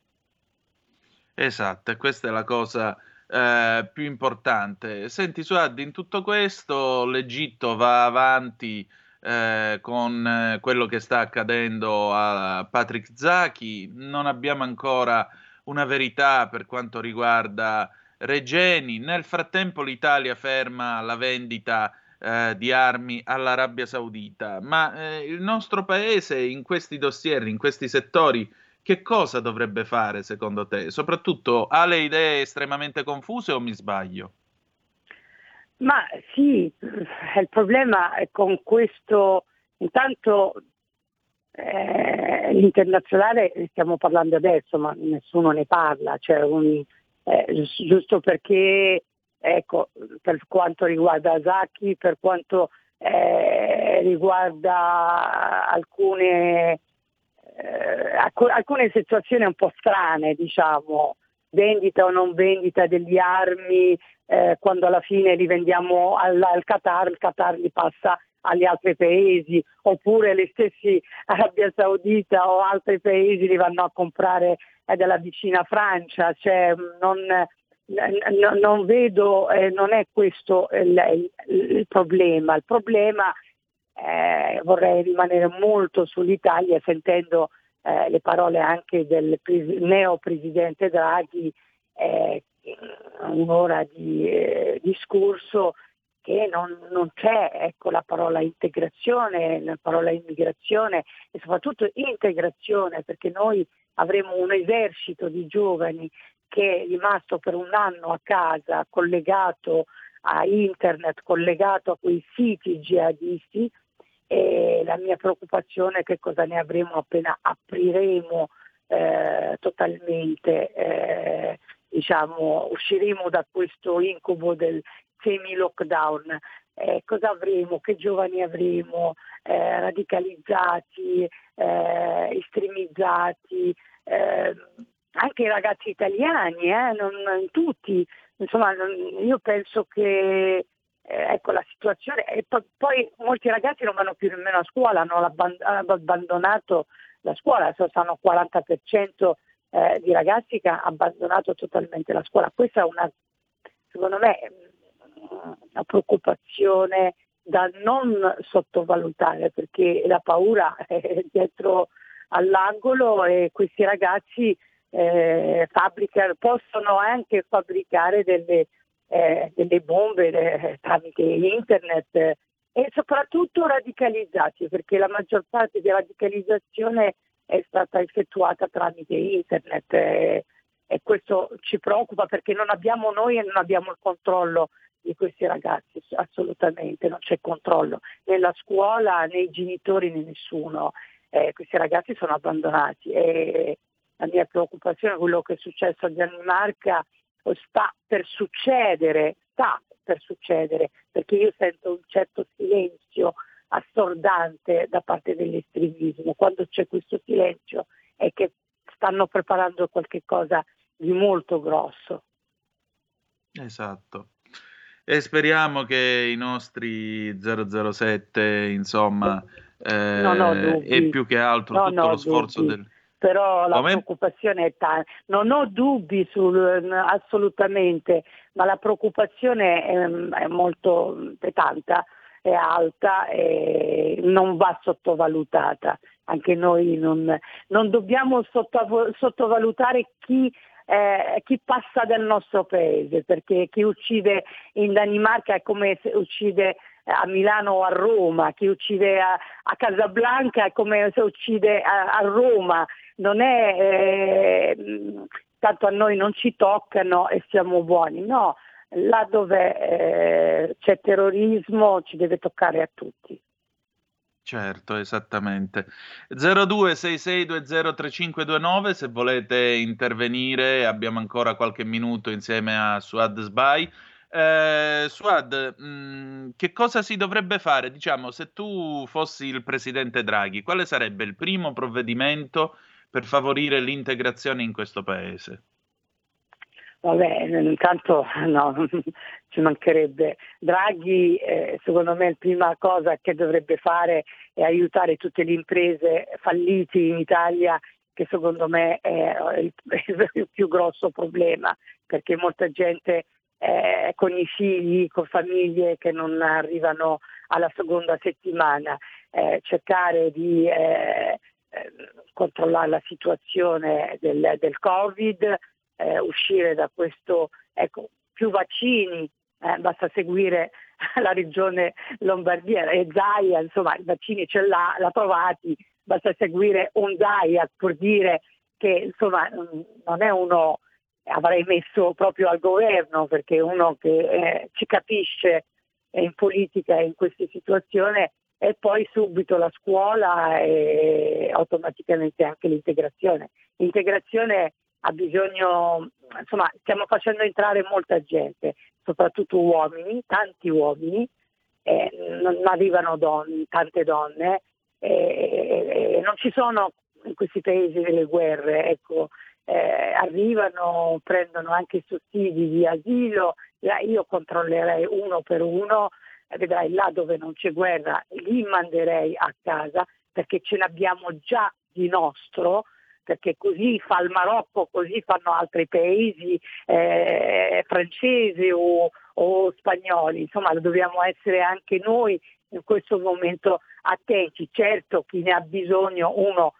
Esatto, e questa è la cosa Eh, più importante. Senti, Suad, in tutto questo l'Egitto va avanti eh, con eh, quello che sta accadendo a Patrick Zaki. Non abbiamo ancora una verità per quanto riguarda Regeni. Nel frattempo l'Italia ferma la vendita eh, di armi all'Arabia Saudita, ma eh, il nostro paese in questi dossier, in questi settori, che cosa dovrebbe fare secondo te? Soprattutto ha le idee estremamente confuse o mi sbaglio? Ma sì, il problema è con questo, intanto eh, l'internazionale stiamo parlando adesso, ma nessuno ne parla, cioè un, eh, giusto perché, ecco, per quanto riguarda Zaki, per quanto eh, riguarda alcune Eh, alcune situazioni un po' strane, diciamo, vendita o non vendita degli armi, eh, quando alla fine li vendiamo al, al Qatar, il Qatar li passa agli altri paesi, oppure gli stessi Arabia Saudita o altri paesi li vanno a comprare eh, dalla vicina Francia, cioè non, n- non vedo, eh, non è questo il, il, il problema, il problema Eh, vorrei rimanere molto sull'Italia, sentendo eh, le parole anche del pres- neo-presidente Draghi, eh, un'ora di eh, discorso che non, non c'è, ecco, la parola integrazione, la parola immigrazione e soprattutto integrazione, perché noi avremo un esercito di giovani che è rimasto per un anno a casa, collegato a internet, collegato a quei siti jihadisti, e la mia preoccupazione è che cosa ne avremo appena apriremo eh, totalmente, eh, diciamo, usciremo da questo incubo del semi-lockdown. Eh, cosa avremo? Che giovani avremo? Eh, radicalizzati, eh, estremizzati, eh, anche i ragazzi italiani, eh, non, non tutti. Insomma, non, io penso che Eh, ecco la situazione, e poi, poi molti ragazzi non vanno più nemmeno a scuola, hanno abbandonato la scuola, adesso stanno quaranta per cento eh, di ragazzi che hanno abbandonato totalmente la scuola. Questa è una, secondo me, una preoccupazione da non sottovalutare, perché la paura è dietro all'angolo e questi ragazzi eh, fabbricano, possono anche fabbricare delle Eh, delle bombe eh, tramite internet eh, e soprattutto radicalizzati, perché la maggior parte della radicalizzazione è stata effettuata tramite internet eh, e questo ci preoccupa, perché non abbiamo noi e non abbiamo il controllo di questi ragazzi, assolutamente non c'è controllo né la scuola né i genitori né nessuno, eh, questi ragazzi sono abbandonati e la mia preoccupazione, quello che è successo a Danimarca sta per succedere, sta per succedere, perché io sento un certo silenzio assordante da parte dell'estremismo. Quando c'è questo silenzio è che stanno preparando qualche cosa di molto grosso. Esatto. E speriamo che i nostri zero zero sette, insomma, eh, non ho dubbi. e più che altro non tutto ho lo sforzo dubbi. del... Però la Come? preoccupazione è tanta, non ho dubbi sul, assolutamente, ma la preoccupazione è, è molto è tanta, è alta e non va sottovalutata. Anche noi non, non dobbiamo sottovo- sottovalutare chi, eh, chi passa dal nostro paese, perché chi uccide in Danimarca è come se uccide a Milano o a Roma, chi uccide a, a Casablanca è come se uccide a, a Roma, non è eh, tanto a noi non ci toccano e siamo buoni, no, là dove eh, c'è terrorismo ci deve toccare a tutti. Certo, esattamente. zero due sei sei due zero tre cinque due nove se volete intervenire, abbiamo ancora qualche minuto insieme a Suad Sbai. Eh, Suad, mh, che cosa si dovrebbe fare? Diciamo, se tu fossi il presidente Draghi, quale sarebbe il primo provvedimento per favorire l'integrazione in questo paese? Vabbè, intanto no, ci mancherebbe. Draghi, eh, secondo me, la prima cosa che dovrebbe fare è aiutare tutte le imprese fallite in Italia, che secondo me è il, il più grosso problema, perché molta gente eh, con i figli, con famiglie che non arrivano alla seconda settimana, eh, cercare di eh, eh, controllare la situazione del, del Covid, Eh, uscire da questo, ecco, più vaccini, eh, basta seguire la regione Lombardia e Zaia, insomma i vaccini ce l'ha, l'ha trovati, basta seguire un Zaia per dire che insomma non è uno, avrei messo proprio al governo, perché uno che eh, ci capisce in politica in queste situazioni, e poi subito la scuola e automaticamente anche l'integrazione. L'integrazione ha bisogno, insomma, stiamo facendo entrare molta gente, soprattutto uomini, tanti uomini, eh, non arrivano donne, tante donne, eh, non ci sono in questi paesi delle guerre, ecco, eh, arrivano, prendono anche i sussidi di asilo, io controllerei uno per uno, vedrai là dove non c'è guerra, li manderei a casa, perché ce l'abbiamo già di nostro, perché così fa il Marocco, così fanno altri paesi eh, francesi o, o spagnoli, insomma dobbiamo essere anche noi in questo momento attenti. Certo, chi ne ha bisogno uno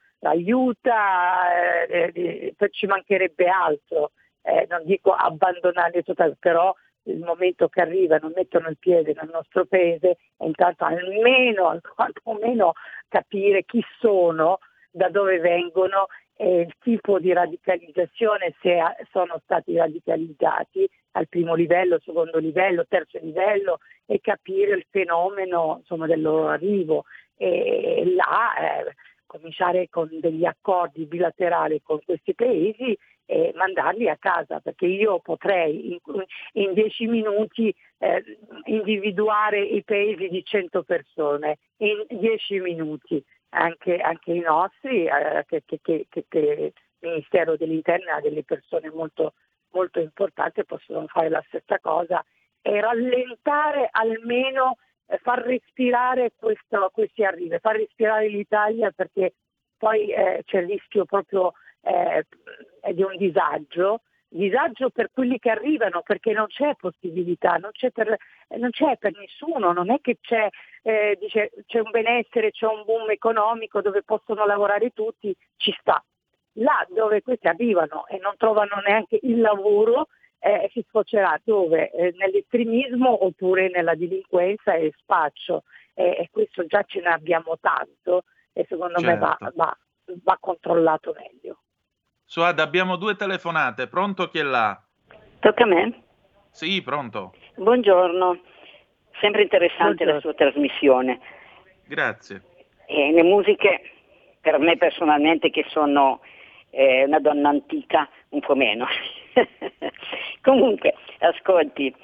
l'aiuta, eh, eh, ci mancherebbe altro, eh, non dico abbandonarli totalmente, però il momento che arrivano, mettono il piede nel nostro paese e intanto almeno, quantomeno capire chi sono, da dove vengono e il tipo di radicalizzazione, se sono stati radicalizzati al primo livello, secondo livello, terzo livello, e capire il fenomeno, insomma, del loro arrivo e là eh, cominciare con degli accordi bilaterali con questi paesi e mandarli a casa, perché io potrei in, in dieci minuti eh, individuare i paesi di cento persone, in dieci minuti. Anche, anche i nostri, eh, che, che, che, che il Ministero dell'Interno ha delle persone molto, molto importanti, possono fare la stessa cosa e rallentare almeno, eh, far respirare questo, questi arrivi, far respirare l'Italia, perché poi eh, c'è il rischio proprio eh, di un disagio, disagio per quelli che arrivano, perché non c'è possibilità, non c'è per, non c'è per nessuno, non è che c'è, eh, dice, c'è un benessere, c'è un boom economico dove possono lavorare tutti, ci sta. Là dove questi arrivano e non trovano neanche il lavoro, eh, si sfocerà dove? Eh, nell'estremismo oppure nella delinquenza e spaccio, eh, e questo già ce ne abbiamo tanto e secondo certo. me va, va, va controllato meglio. Suad, abbiamo due telefonate, pronto, chi è là? Tocca a me? Sì, pronto. Buongiorno, sempre interessante Buongiorno. La sua trasmissione. Grazie. E le musiche, per me personalmente, che sono è una donna antica, un po' meno. Comunque, ascolti,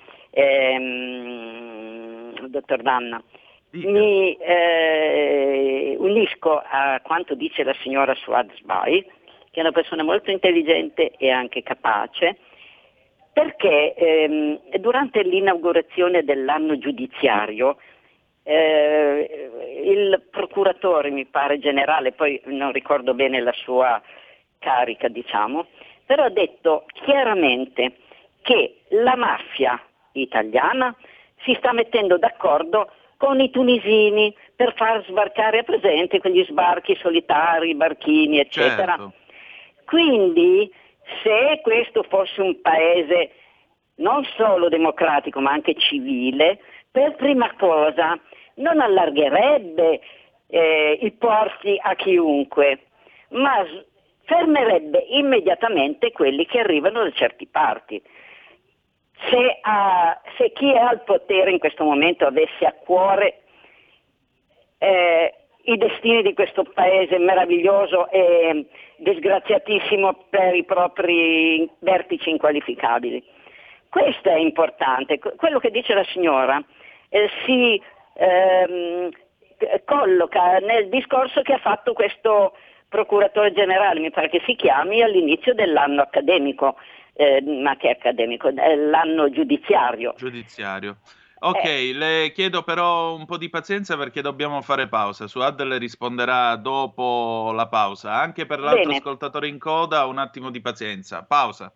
ehm, dottor Danna, Dica. mi eh, unisco a quanto dice la signora Suad Sbai, che è una persona molto intelligente e anche capace, perché ehm, durante l'inaugurazione dell'anno giudiziario eh, il procuratore, mi pare generale, poi non ricordo bene la sua carica, diciamo, però ha detto chiaramente che la mafia italiana si sta mettendo d'accordo con i tunisini per far sbarcare, a presente quegli sbarchi solitari, barchini, eccetera. Certo. Quindi, se questo fosse un paese non solo democratico ma anche civile, per prima cosa non allargherebbe eh, i porti a chiunque, ma s- fermerebbe immediatamente quelli che arrivano da certi parti. Se, ha, se chi è al potere in questo momento avesse a cuore eh, i destini di questo paese meraviglioso e disgraziatissimo per i propri vertici inqualificabili. Questo è importante. Quello che dice la signora eh, si ehm, colloca nel discorso che ha fatto questo procuratore generale, mi pare che si chiami, all'inizio dell'anno accademico, eh, ma che accademico, l'anno giudiziario. Giudiziario. Ok, eh. le chiedo però un po' di pazienza perché dobbiamo fare pausa. Suad le risponderà dopo la pausa. Anche per l'altro Bene. ascoltatore in coda, un attimo di pazienza. Pausa.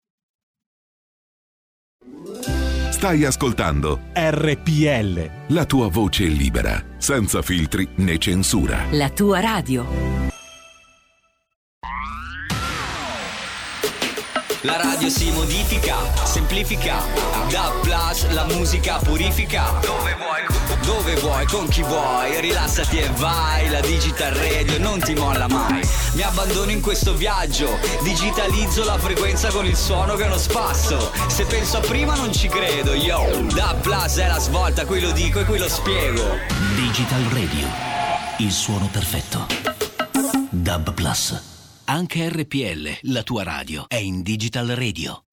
Stai ascoltando R P L, la tua voce libera, senza filtri né censura. La tua radio. La radio si modifica, semplifica, da Plus la musica purifica. Dove vuoi, dove vuoi, con chi vuoi, rilassati e vai. La Digital Radio non ti molla mai. Mi abbandono in questo viaggio, digitalizzo la frequenza con il suono che non spasso. Se penso a prima non ci credo, yo. Da Plus è la svolta, qui lo dico e qui lo spiego. Digital Radio, il suono perfetto. Dub Plus. Anche R P L, la tua radio, è in Digital Radio.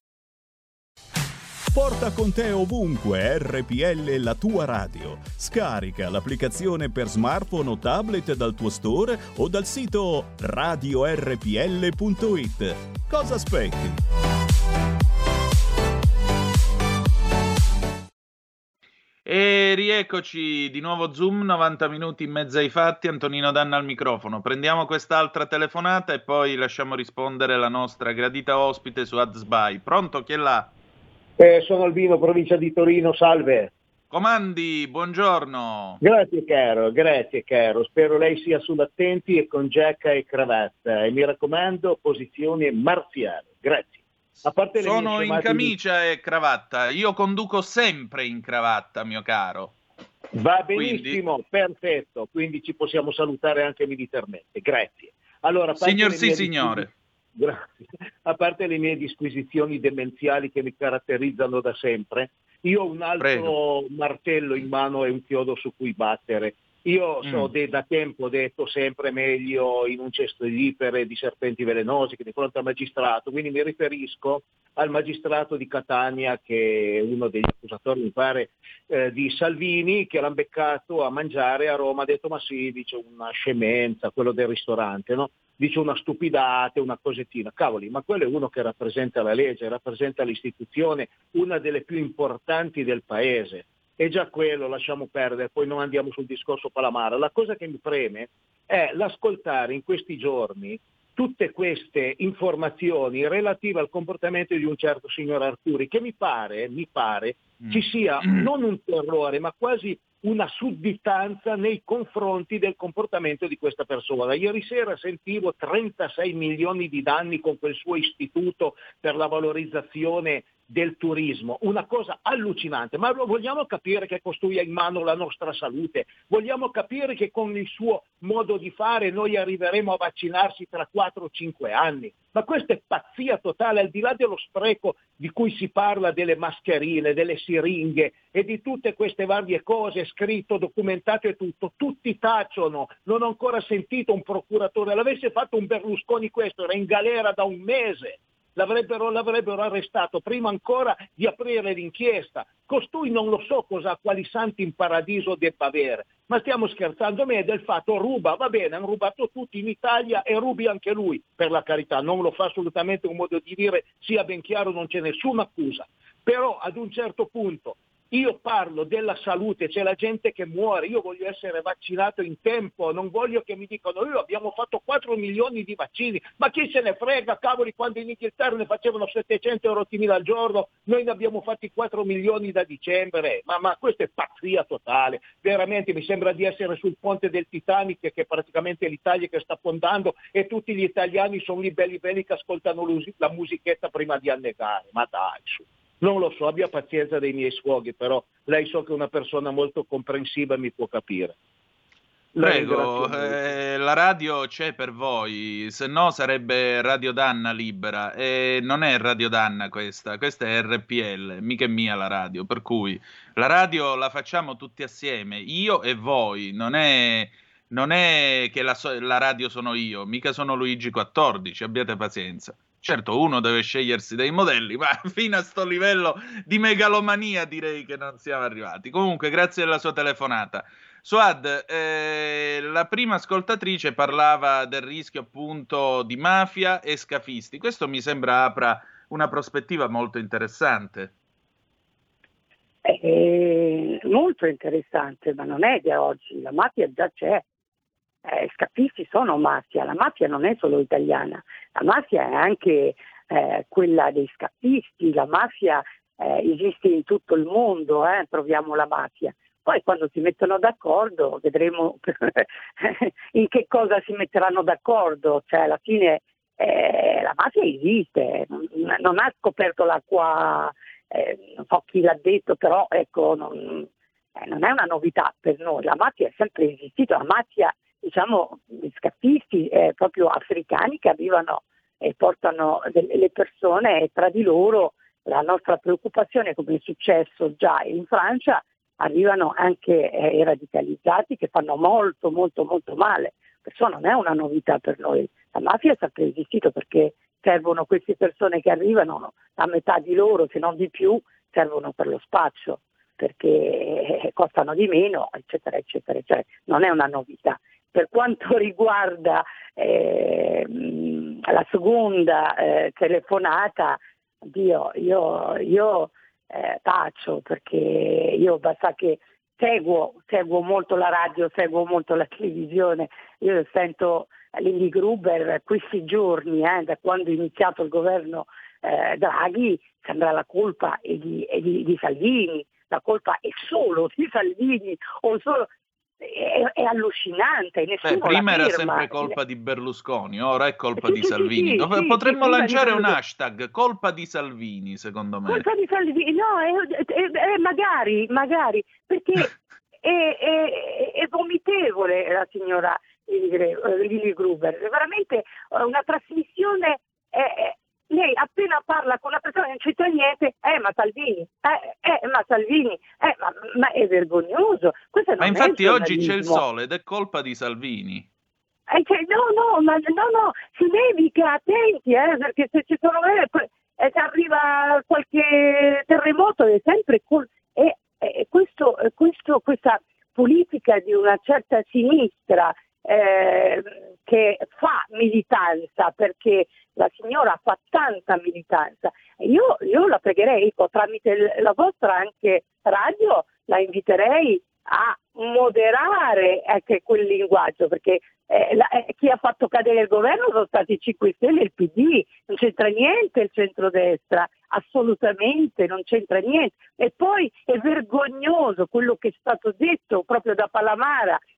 Porta con te ovunque R P L, la tua radio. Scarica l'applicazione per smartphone o tablet dal tuo store o dal sito radio r p l punto i t. Cosa aspetti? E rieccoci di nuovo Zoom, novanta minuti in mezzo ai fatti, Antonino Danna al microfono. Prendiamo quest'altra telefonata e poi lasciamo rispondere la nostra gradita ospite su Adsby. Pronto, chi è là? Eh, sono Albino, provincia di Torino, salve. Comandi, buongiorno. Grazie caro, grazie caro. Spero lei sia sull'attenti e con giacca e cravatta. E mi raccomando, posizione marziale. Grazie. A parte le Sono in camicia di... e cravatta, io conduco sempre in cravatta, mio caro. Va benissimo, quindi... perfetto, quindi ci possiamo salutare anche militarmente, grazie. Allora, signor sì, signore. Disquis... Grazie. A parte le mie disquisizioni demenziali che mi caratterizzano da sempre, io ho un altro Prego. martello in mano e un chiodo su cui battere. Io so mm. de, da tempo detto sempre meglio in un cesto di vipere, di serpenti velenosi che di fronte al magistrato, quindi mi riferisco al magistrato di Catania che è uno degli accusatori mi pare eh, di Salvini, che l'ha beccato a mangiare a Roma, ha detto ma sì, dice una scemenza, quello del ristorante, no? Dice una stupidata, una cosettina, cavoli, ma quello è uno che rappresenta la legge, rappresenta l'istituzione, una delle più importanti del paese. E già quello lasciamo perdere, poi non andiamo sul discorso Palamara. La cosa che mi preme è l'ascoltare in questi giorni tutte queste informazioni relative al comportamento di un certo signor Arcuri, che mi pare, mi pare mm. ci sia non un terrore, ma quasi una sudditanza nei confronti del comportamento di questa persona. Ieri sera sentivo trentasei milioni di danni con quel suo istituto per la valorizzazione del turismo, una cosa allucinante, ma lo vogliamo capire che costui ha in mano la nostra salute, vogliamo capire che con il suo modo di fare noi arriveremo a vaccinarsi tra quattro o cinque anni, ma questa è pazzia totale, al di là dello spreco di cui si parla, delle mascherine, delle siringhe e di tutte queste varie cose, scritto, documentato e tutto, tutti tacciono, non ho ancora sentito un procuratore, l'avesse fatto un Berlusconi questo, era in galera da un mese. L'avrebbero, l'avrebbero arrestato prima ancora di aprire l'inchiesta. Costui non lo so cosa, quali santi in paradiso debba avere, ma stiamo scherzando. A me del fatto ruba, va bene, hanno rubato tutti in Italia e rubi anche lui, per la carità, non lo fa assolutamente un modo di dire, sia ben chiaro, non c'è nessuna accusa. Però ad un certo punto io parlo della salute, c'è la gente che muore, io voglio essere vaccinato in tempo, non voglio che mi dicano io abbiamo fatto quattro milioni di vaccini, ma chi se ne frega, cavoli, quando in Inghilterra ne facevano settecento e mila al giorno, noi ne abbiamo fatti quattro milioni da dicembre, ma, ma questa è pazzia totale, veramente mi sembra di essere sul ponte del Titanic, che è praticamente l'Italia che sta affondando e tutti gli italiani sono lì belli belli che ascoltano la musichetta prima di annegare, ma dai su. Non lo so, abbia pazienza dei miei sfoghi, però lei so che è una persona molto comprensiva e mi può capire. La Prego, eh, la radio c'è per voi, se no sarebbe Radio Danna libera, e non è Radio Danna questa, questa è R P L, mica è mia la radio, per cui la radio la facciamo tutti assieme, io e voi, non è, non è che la, so- la radio sono io, mica sono Luigi quattordici, abbiate pazienza. Certo, uno deve scegliersi dei modelli, ma fino a sto livello di megalomania direi che non siamo arrivati. Comunque, grazie della sua telefonata. Suad, eh, la prima ascoltatrice parlava del rischio appunto di mafia e scafisti. Questo mi sembra apra una prospettiva molto interessante. È molto interessante, ma non è di oggi. La mafia già c'è. Eh, scafisti sono mafia, la mafia non è solo italiana, la mafia è anche eh, quella dei scappisti, la mafia eh, esiste in tutto il mondo, eh, troviamo la mafia. Poi quando si mettono d'accordo vedremo in che cosa si metteranno d'accordo, cioè alla fine eh, la mafia esiste, non ha scoperto l'acqua, eh, non so chi l'ha detto, però ecco, non, eh, non è una novità per noi, la mafia è sempre esistita, la mafia diciamo gli scappisti eh, proprio africani che arrivano e portano delle, le persone tra di loro, la nostra preoccupazione, come è successo già in Francia, arrivano anche eh, radicalizzati che fanno molto molto molto male, perciò non è una novità per noi, la mafia è sempre esistita perché servono queste persone che arrivano, la metà di loro se non di più servono per lo spaccio perché costano di meno eccetera eccetera, cioè non è una novità. Per quanto riguarda eh, la seconda eh, telefonata, Dio, io, io eh, taccio perché io basta che seguo, seguo molto la radio, seguo molto la televisione, io sento Lili Gruber questi giorni, eh, da quando è iniziato il governo eh, Draghi, sembra la colpa è di, è di, di Salvini, la colpa è solo di Salvini o solo... È, è allucinante. Nessuno Beh, prima la era firma. sempre colpa di Berlusconi, ora è colpa sì, di sì, Salvini. sì, Dove, sì, potremmo sì, lanciare di un hashtag, colpa di Salvini, secondo me. Colpa di Salvini, no, è, è, è, magari, magari, perché è, è, è vomitevole la signora Lili Gruber, è veramente una trasmissione... È, è, lei appena parla con una persona che non c'entra niente, eh ma Salvini, eh, eh ma Salvini, eh ma, ma è vergognoso. Questo non ma infatti è oggi c'è il sole ed è colpa di Salvini. Eh, cioè, no, no, ma no, no, si nevica, attenti, eh, perché se ci sono eh, eh, se arriva qualche terremoto è sempre col- e, e questo, questo, questa politica di una certa sinistra eh, che fa militanza, perché la signora fa tanta militanza, io, io la pregherei, ecco, tramite la vostra anche radio, la inviterei a moderare anche quel linguaggio, perché eh, la, eh, chi ha fatto cadere il governo sono stati i cinque Stelle e il P D, non c'entra niente il centrodestra, assolutamente non c'entra niente. E poi è vergognoso quello che è stato detto proprio da Palamara,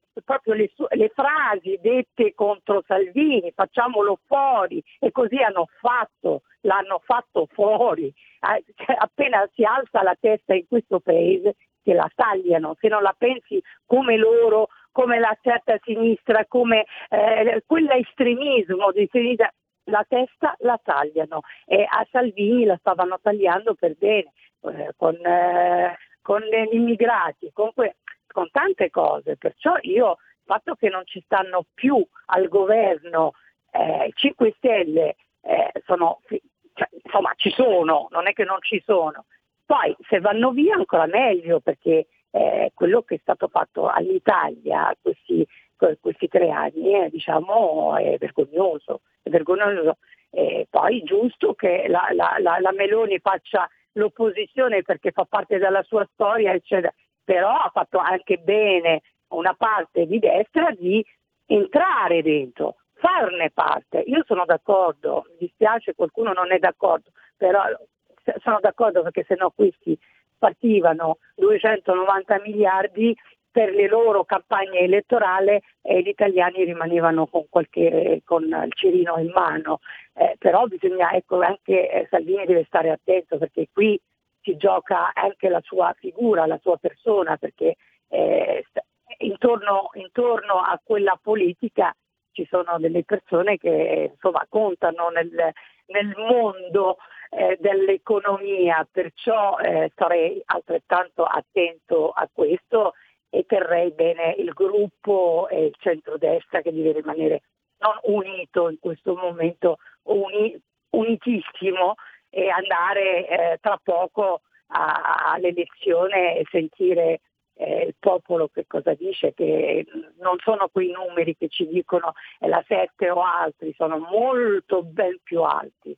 proprio le, su- le frasi dette contro Salvini, facciamolo fuori, e così hanno fatto, l'hanno fatto fuori. Eh, cioè, appena si alza la testa in questo paese che la tagliano, se non la pensi come loro, come la certa sinistra, come eh, quell'estremismo di sinistra, la testa la tagliano, e a Salvini la stavano tagliando per bene, eh, con, eh, con gli immigrati, con, que- con tante cose. Perciò io, il fatto che non ci stanno più al governo eh, cinque Stelle, eh, sono, cioè, insomma ci sono, non è che non ci sono. Poi se vanno via ancora meglio, perché eh, quello che è stato fatto all'Italia questi, questi tre anni è, diciamo, è vergognoso, è vergognoso. E poi giusto che la, la, la, la Meloni faccia l'opposizione perché fa parte della sua storia, eccetera. Però ha fatto anche bene una parte di destra di entrare dentro, farne parte. Io sono d'accordo, mi dispiace qualcuno non è d'accordo, però sono d'accordo, perché sennò questi partivano duecentonovanta miliardi per le loro campagne elettorali e gli italiani rimanevano con qualche con il cerino in mano. Eh, però bisogna, ecco, anche eh, Salvini deve stare attento, perché qui si gioca anche la sua figura, la sua persona, perché eh, intorno, intorno a quella politica ci sono delle persone che insomma contano nel, nel mondo eh, dell'economia, perciò eh, sarei altrettanto attento a questo e terrei bene il gruppo e il centrodestra, che deve rimanere non unito in questo momento, uni, unitissimo, e andare eh, tra poco a, all'elezione e sentire eh, il popolo che cosa dice, che non sono quei numeri che ci dicono è la sette o altri, sono molto ben più alti.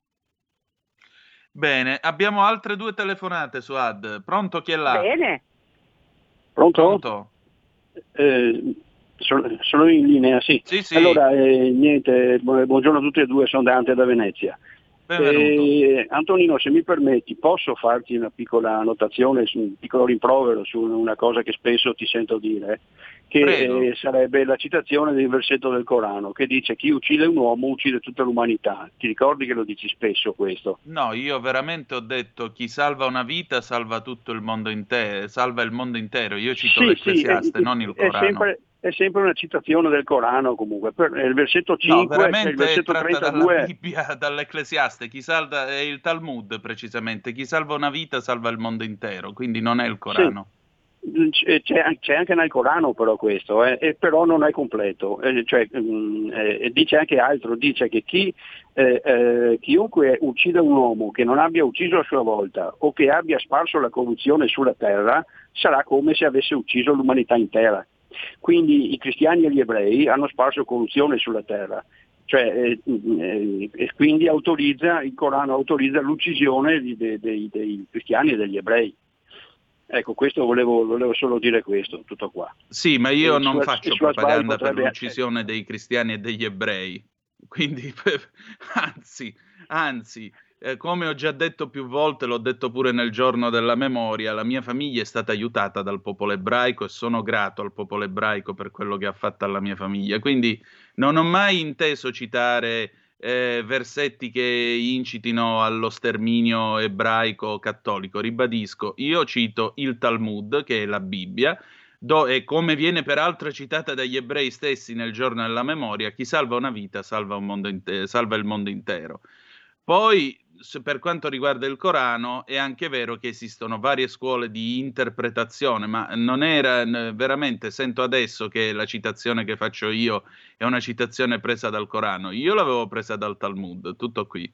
Bene, abbiamo altre due telefonate su A D. Pronto, chi è là? Bene. Pronto? Pronto? Eh, sono, sono in linea, sì. Sì, sì. Allora, eh, niente, bu- buongiorno a tutti e due, sono Dante da Venezia. Eh, Antonino, se mi permetti, posso farti una piccola annotazione, su un piccolo rimprovero su una cosa che spesso ti sento dire, che eh, sarebbe la citazione del versetto del Corano che dice: chi uccide un uomo uccide tutta l'umanità. Ti ricordi che lo dici spesso questo? No, io veramente ho detto chi salva una vita salva tutto il mondo intero, salva il mondo intero. Io cito Sì, l'Ecclesiaste, sì, è, non il è Corano. sempre, è sempre una citazione del Corano, comunque. Per, il versetto cinque, No, veramente il versetto è tratta trentadue... dalla Bibbia, dall'Ecclesiaste, chi salva, è il Talmud precisamente, chi salva una vita salva il mondo intero, quindi non è il Corano. Sì, c'è, c'è anche nel Corano però questo, eh, e però non è completo, eh, cioè, mh, eh, dice anche altro, dice che chi, eh, eh, chiunque uccida un uomo che non abbia ucciso a sua volta o che abbia sparso la corruzione sulla terra sarà come se avesse ucciso l'umanità intera. Quindi i cristiani e gli ebrei hanno sparso corruzione sulla terra, cioè, eh, eh, e quindi autorizza, il Corano autorizza l'uccisione di, de, de, dei cristiani e degli ebrei. Ecco, questo volevo, volevo solo dire questo, tutto qua. Sì, ma io E non su- faccio su Asbal propaganda per potrebbe- l'uccisione dei cristiani e degli ebrei, quindi anzi, anzi, eh, come ho già detto più volte, l'ho detto pure nel giorno della memoria, la mia famiglia è stata aiutata dal popolo ebraico e sono grato al popolo ebraico per quello che ha fatto alla mia famiglia, quindi non ho mai inteso citare eh, versetti che incitino allo sterminio ebraico cattolico. Ribadisco, io cito il Talmud, che è la Bibbia, do- e come viene peraltro citata dagli ebrei stessi nel giorno della memoria, chi salva una vita salva, un mondo inte- salva il mondo intero. Poi, se per quanto riguarda il Corano, è anche vero che esistono varie scuole di interpretazione, ma non era n- veramente, sento adesso che la citazione che faccio io è una citazione presa dal Corano. Io l'avevo presa dal Talmud, tutto qui.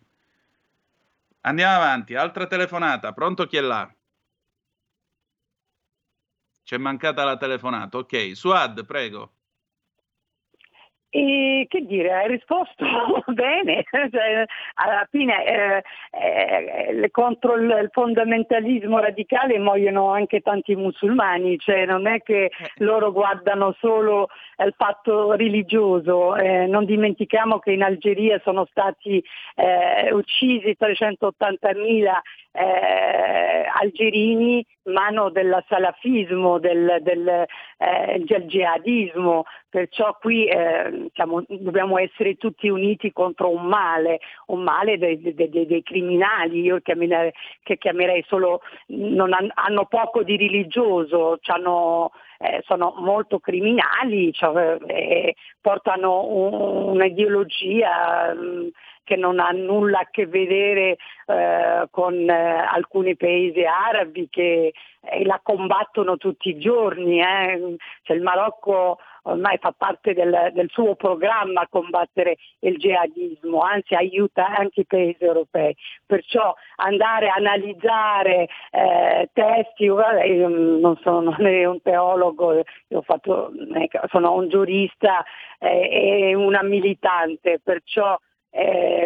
Andiamo avanti, altra telefonata, pronto, chi è là? C'è mancata la telefonata, ok. Suad, prego. E che dire, hai risposto bene, cioè, alla fine eh, eh, contro il, il fondamentalismo radicale muoiono anche tanti musulmani, cioè non è che loro guardano solo il fatto religioso, eh, non dimentichiamo che in Algeria sono stati eh, uccisi trecentottantamila eh, algerini mano del salafismo, del, del, eh, del jihadismo, perciò qui eh, siamo, dobbiamo essere tutti uniti contro un male, un male dei, dei, dei, dei criminali, io chiamerei, che chiamerei solo, non han, hanno poco di religioso, c'hanno, eh, sono molto criminali, cioè, eh, portano un, un'ideologia mh, che non ha nulla a che vedere eh, con eh, alcuni paesi arabi che eh, la combattono tutti i giorni. Eh. Cioè, il Marocco ormai fa parte del, del suo programma combattere il jihadismo, anzi aiuta anche i paesi europei. Perciò andare a analizzare eh, testi, guarda, io non sono né un teologo, io ho fatto, sono un giurista eh, e una militante, perciò Eh,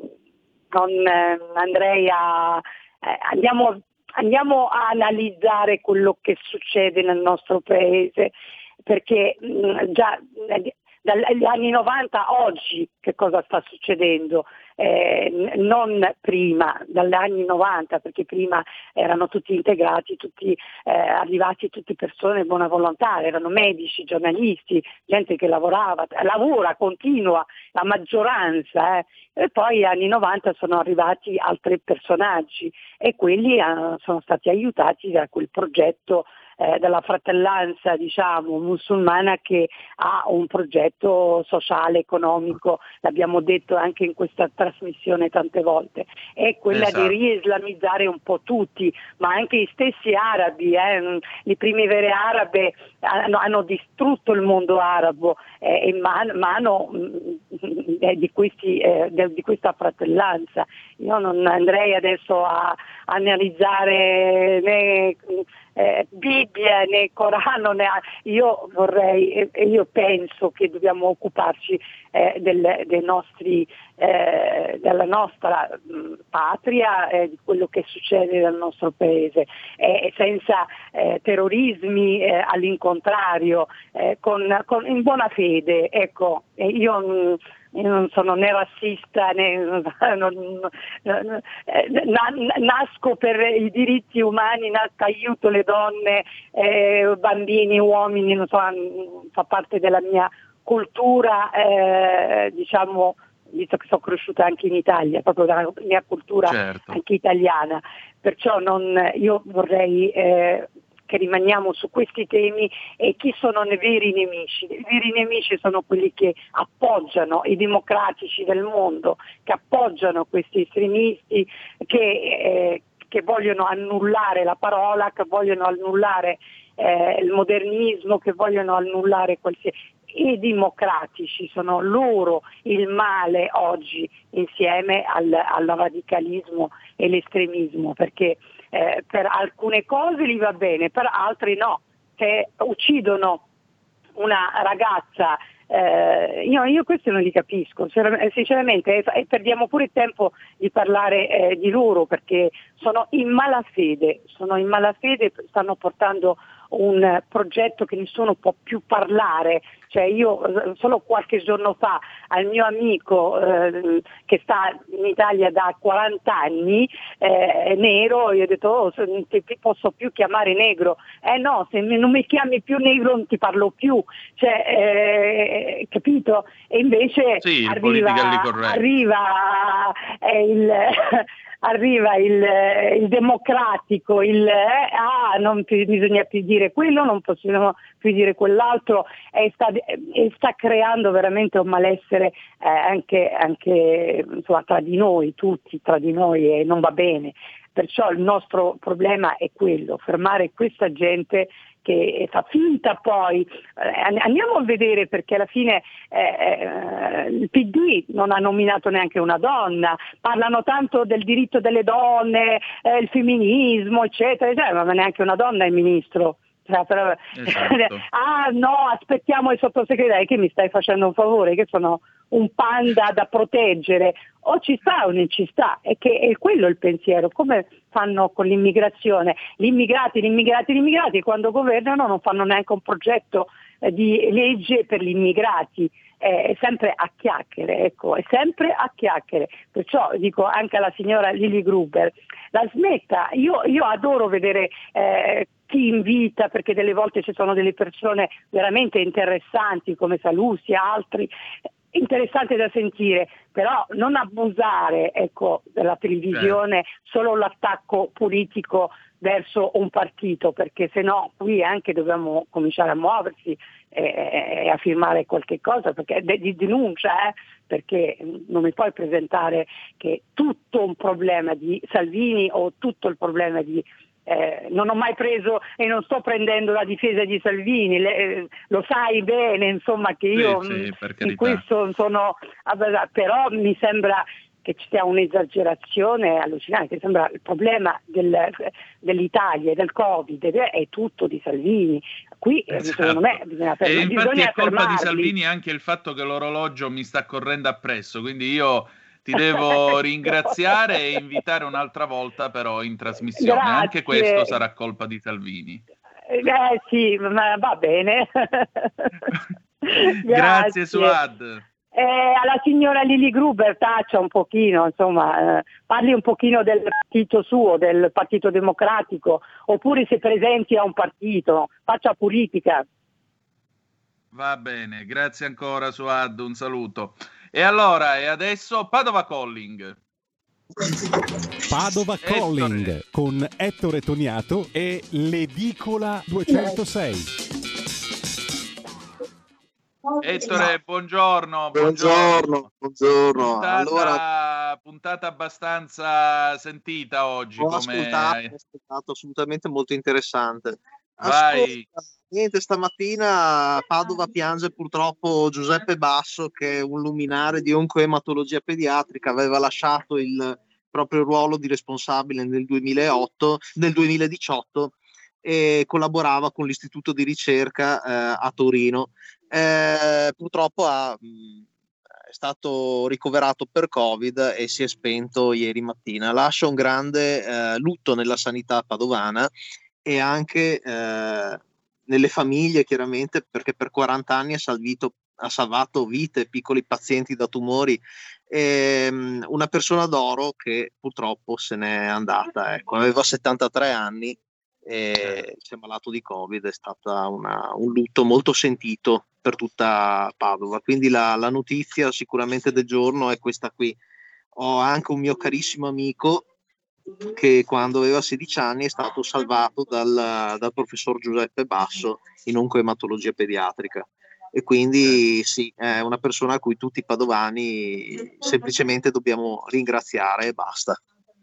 non eh, andrei a eh, andiamo, andiamo a analizzare quello che succede nel nostro paese, perché mh, già eh, dagli anni novanta oggi che cosa sta succedendo, eh, non prima, dagli anni novanta, perché prima erano tutti integrati, tutti eh, arrivati, tutte persone di buona volontà, erano medici, giornalisti, gente che lavorava, lavora, continua, la maggioranza, eh. E poi agli anni novanta sono arrivati altri personaggi e quelli eh, sono stati aiutati da quel progetto eh, della fratellanza, diciamo, musulmana, che ha un progetto sociale, economico, l'abbiamo detto anche in questa trasmissione tante volte, è quella esatto. di riislamizzare un po' tutti, ma anche gli stessi arabi, eh, le primavere arabe hanno, hanno distrutto il mondo arabo eh, in man- mano mh, eh, di, questi, eh, de- di questa fratellanza. Io non andrei adesso a, a analizzare né eh, Bibbia né Corano, né, io vorrei e eh, io penso che dobbiamo occuparci eh, del, dei nostri eh, della nostra mh, patria, eh, di quello che succede nel nostro paese, eh, senza eh, terrorismi, eh, all'incontrario, eh, con, con, in buona fede. Ecco, eh, io mh, Io non sono né razzista né non, non, eh, nasco per i diritti umani, nasco, aiuto le donne, eh, bambini, uomini, non so, fa parte della mia cultura, eh, diciamo, visto che sono cresciuta anche in Italia, proprio dalla mia cultura certo. anche italiana, perciò non, io vorrei eh, che rimaniamo su questi temi. E chi sono i veri nemici? I veri nemici sono quelli che appoggiano i democratici del mondo, che appoggiano questi estremisti, che, eh, che vogliono annullare la parola, che vogliono annullare eh, il modernismo, che vogliono annullare qualsiasi... I democratici sono loro il male oggi, insieme al, al radicalismo e l'estremismo, perché eh, per alcune cose gli va bene, per altre no. Se uccidono una ragazza, eh, io, io questo non li capisco, sinceramente, e perdiamo pure il tempo di parlare eh, di loro, perché sono in malafede, sono in malafede, stanno portando un progetto che nessuno può più parlare. Cioè, io solo qualche giorno fa al mio amico eh, che sta in Italia da quaranta anni, eh, nero, io ho detto oh, ti, ti posso più chiamare negro? Eh no, se non mi chiami più negro non ti parlo più, cioè, eh, capito? E invece sì, arriva, arriva eh, il arriva il, il democratico, il eh, ah non più, bisogna più dire quello, non possiamo più dire quell'altro, e sta, e sta creando veramente un malessere eh, anche, anche insomma, tra di noi, tutti tra di noi, e non va bene. Perciò il nostro problema è quello, fermare questa gente che fa finta poi, eh, andiamo a vedere, perché alla fine eh, il P D non ha nominato neanche una donna, parlano tanto del diritto delle donne, eh, il femminismo, eccetera, eccetera, ma neanche una donna è ministro. Esatto. Ah no, aspettiamo i sottosegretari, che mi stai facendo un favore, che sono un panda da proteggere, o ci sta o non ci sta, e che è quello il pensiero, come fanno con l'immigrazione, gli immigrati, gli immigrati, gli immigrati quando governano non fanno neanche un progetto eh, di legge per gli immigrati, eh, è sempre a chiacchiere, ecco, è sempre a chiacchiere, perciò dico anche alla signora Lili Gruber, la smetta, io, io adoro vedere eh, chi invita, perché delle volte ci sono delle persone veramente interessanti come Salusi e altri, interessante da sentire, però non abusare, ecco, della televisione, solo l'attacco politico verso un partito, perché se no qui anche dobbiamo cominciare a muoversi e, e a firmare qualche cosa, perché di, di denuncia, eh, perché non mi puoi presentare che tutto un problema di Salvini o tutto il problema di Eh, non ho mai preso e non sto prendendo la difesa di Salvini, le, eh, lo sai bene, insomma, che io sì, sì, per in questo sono, però mi sembra che ci sia un'esagerazione allucinante, sembra il problema del, dell'Italia e del Covid è tutto di Salvini, qui esatto. Secondo me bisogna fermare, e infatti bisogna è colpa fermarli. di Salvini anche il fatto che l'orologio mi sta correndo appresso, quindi io ti devo ringraziare e invitare un'altra volta però in trasmissione. Grazie. Anche questo sarà colpa di Salvini. Eh sì, ma va bene. Grazie, Grazie Suad. Eh, alla signora Lili Gruber taccia un pochino, insomma, eh, parli un pochino del partito suo, del Partito Democratico, oppure si presenti a un partito, faccia politica. Va bene, grazie ancora Suad, un saluto. E allora, e adesso Padova Calling. Padova Calling Ettore. Con Ettore Toniato e l'Edicola duecentosei. Ettore, buongiorno. Buongiorno, buongiorno. Puntata, Allora, puntata abbastanza sentita oggi. Ho come... ascoltato, ho ascoltato, assolutamente molto interessante. Vai. Ascolta, niente, stamattina Padova piange purtroppo Giuseppe Basso, che è un luminare di oncoematologia pediatrica, aveva lasciato il proprio ruolo di responsabile nel duemilaotto, nel duemiladiciotto e collaborava con l'istituto di ricerca eh, a Torino. Eh, purtroppo ha, mh, è stato ricoverato per Covid e si è spento ieri mattina. Lascia un grande eh, lutto nella sanità padovana e anche eh, nelle famiglie, chiaramente, perché per quaranta anni ha, salvito, ha salvato vite, piccoli pazienti da tumori. E, um, una persona d'oro che purtroppo se n'è andata, ecco. Aveva settantatré anni e si è malato di Covid, è stato un lutto molto sentito per tutta Padova, quindi la, la notizia sicuramente del giorno è questa qui. Ho anche un mio carissimo amico che quando aveva sedici anni è stato salvato dal, dal professor Giuseppe Basso in oncoematologia pediatrica, e quindi sì, è una persona a cui tutti i padovani semplicemente dobbiamo ringraziare e basta.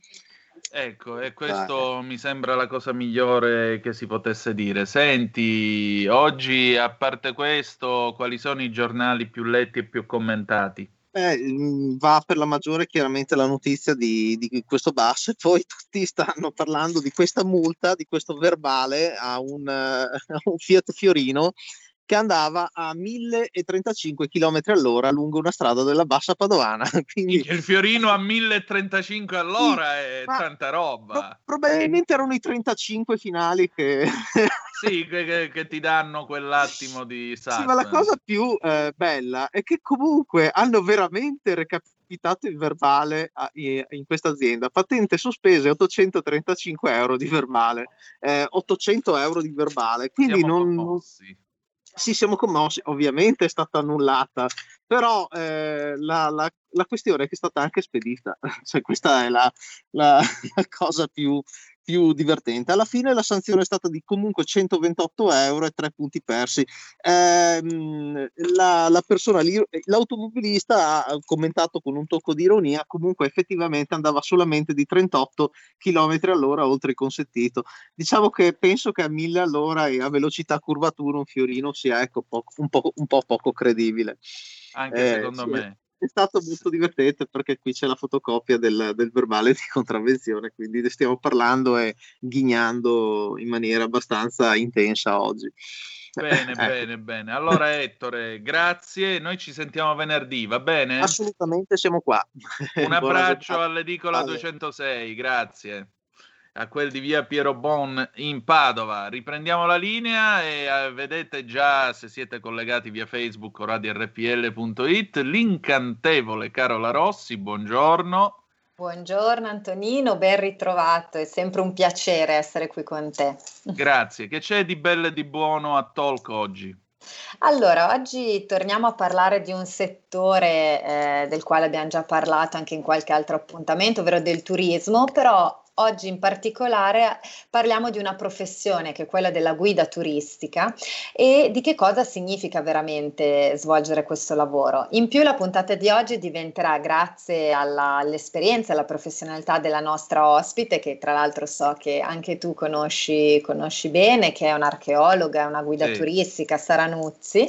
Ecco, e questo Dai. mi sembra la cosa migliore che si potesse dire. Senti, oggi, a parte questo, quali sono i giornali più letti e più commentati? Eh, va per la maggiore chiaramente la notizia di, di questo Basso, e poi tutti stanno parlando di questa multa, di questo verbale a un, a un Fiat Fiorino che andava a mille trentacinque chilometri all'ora lungo una strada della Bassa Padovana. Quindi... Il Fiorino a mille trentacinque all'ora sì, è tanta roba. Pro- probabilmente erano i trentacinque finali che... sì, che, che, che ti danno quell'attimo di suspense. Sì, ma la cosa più eh, bella è che comunque hanno veramente recapitato il verbale a, in questa azienda. Patente sospese, ottocentotrentacinque euro di verbale, eh, ottocento euro di verbale. Quindi Siamo non... commossi. Sì, siamo commossi, ovviamente è stata annullata, però eh, la, la, la questione è che è stata anche spedita, cioè questa è la, la, la cosa più, più divertente. Alla fine la sanzione è stata di comunque centoventotto euro e tre punti persi. Eh, la, la persona lì, l'automobilista ha commentato con un tocco di ironia, comunque effettivamente andava solamente di trentotto chilometri all'ora oltre il consentito. Diciamo che penso che a mille all'ora e a velocità curvatura un Fiorino sia ecco, poco, un, po', un po' poco credibile. Anche eh, secondo sì. me. è stato molto divertente perché qui c'è la fotocopia del, del verbale di contravvenzione, quindi ne stiamo parlando e ghignando in maniera abbastanza intensa oggi. Bene, Ecco. bene, bene. Allora Ettore, grazie. Noi ci sentiamo venerdì, va bene? Assolutamente, siamo qua. Un Buona abbraccio giornata. all'edicola Vale. duecentosei, grazie. A quel di via Piero Bon in Padova. Riprendiamo la linea e eh, vedete già, se siete collegati via Facebook o radio erre pi elle punto it, l'incantevole Carola Rossi. Buongiorno. Buongiorno Antonino, ben ritrovato, è sempre un piacere essere qui con te. Grazie. Che c'è di bello e di buono a Talk oggi? Allora, oggi torniamo a parlare di un settore eh, del quale abbiamo già parlato anche in qualche altro appuntamento, ovvero del turismo, però oggi in particolare parliamo di una professione che è quella della guida turistica e di che cosa significa veramente svolgere questo lavoro. In più la puntata di oggi diventerà, grazie alla, all'esperienza e alla professionalità della nostra ospite, che tra l'altro so che anche tu conosci, conosci bene, che è un'archeologa, è una guida Sì. turistica, Sara Nuzzi,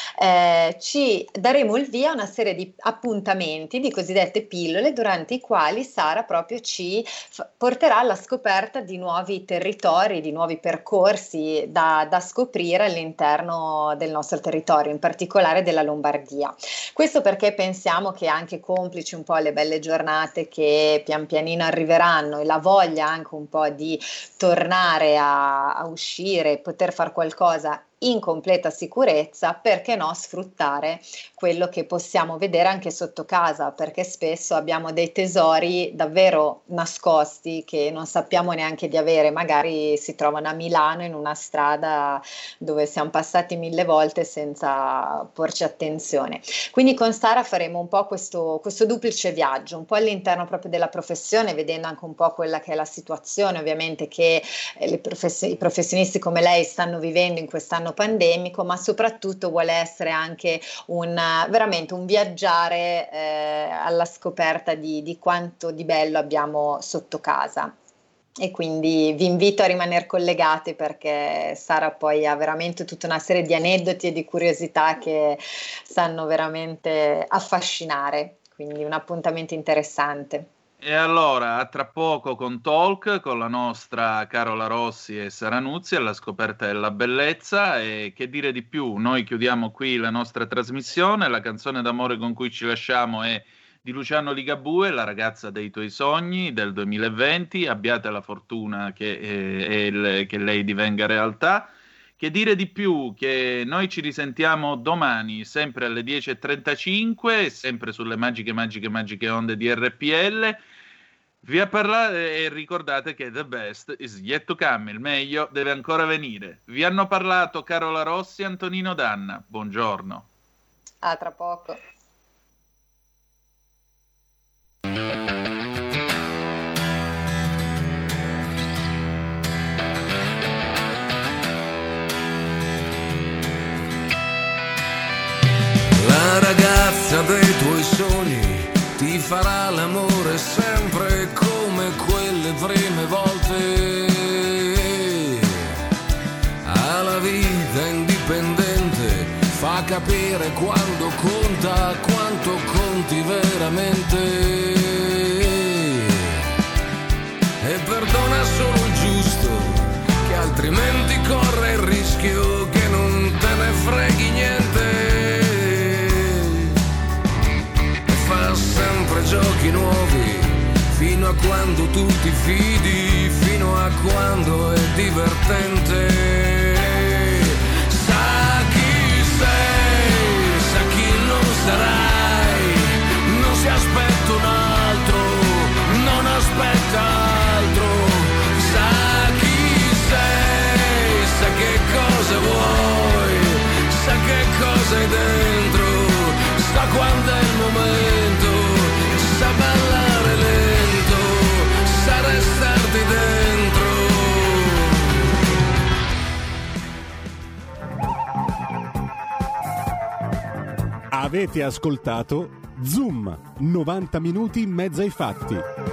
eh, ci daremo il via a una serie di appuntamenti, di cosiddette pillole, durante i quali Sara proprio ci f- porterà alla scoperta di nuovi territori, di nuovi percorsi da, da scoprire all'interno del nostro territorio, in particolare della Lombardia. Questo perché pensiamo che anche complici un po' le belle giornate che pian pianino arriveranno e la voglia anche un po' di tornare a, a uscire, poter fare qualcosa in completa sicurezza, perché no sfruttare quello che possiamo vedere anche sotto casa, perché spesso abbiamo dei tesori davvero nascosti che non sappiamo neanche di avere, magari si trovano a Milano in una strada dove siamo passati mille volte senza porci attenzione. Quindi con Sara faremo un po' questo, questo duplice viaggio, un po' all'interno proprio della professione, vedendo anche un po' quella che è la situazione ovviamente che eh, le profes- i professionisti come lei stanno vivendo in quest'anno pandemico, ma soprattutto vuole essere anche un veramente un viaggiare eh, alla scoperta di, di quanto di bello abbiamo sotto casa. E quindi vi invito a rimanere collegati, perché Sara poi ha veramente tutta una serie di aneddoti e di curiosità che sanno veramente affascinare, quindi un appuntamento interessante. E allora, a tra poco con Talk, con la nostra Carola Rossi e Sara Nuzzi, alla scoperta della bellezza. E che dire di più? Noi chiudiamo qui la nostra trasmissione. La canzone d'amore con cui ci lasciamo è di Luciano Ligabue, La ragazza dei tuoi sogni, del duemilaventi. Abbiate la fortuna che, eh, il, che lei divenga realtà. Che dire di più? Che noi ci risentiamo domani, sempre alle dieci e trentacinque, sempre sulle magiche, magiche, magiche onde di erre pi elle. Vi ha parlato e ricordate che the best is yet to come, il meglio deve ancora venire. Vi hanno parlato Carola Rossi e Antonino Danna. Buongiorno. A tra poco. La ragazza dei tuoi sogni ti farà l'amore sempre come quelle prime volte. Ha la vita indipendente, fa capire quando conta, quanto conti veramente. E perdona solo il giusto, che altrimenti corre il rischio che non te ne freghi niente. Sempre giochi nuovi, fino a quando tu ti fidi, fino a quando è divertente. Sa chi sei, sa chi non sarai, non si aspetta un altro, non aspetta altro. Sa chi sei, sa che cosa vuoi, sa che cosa hai dentro, sa quando è il momento, sa ballare lento, sa restarti dentro. Avete ascoltato Zoom, novanta minuti in mezzo ai fatti.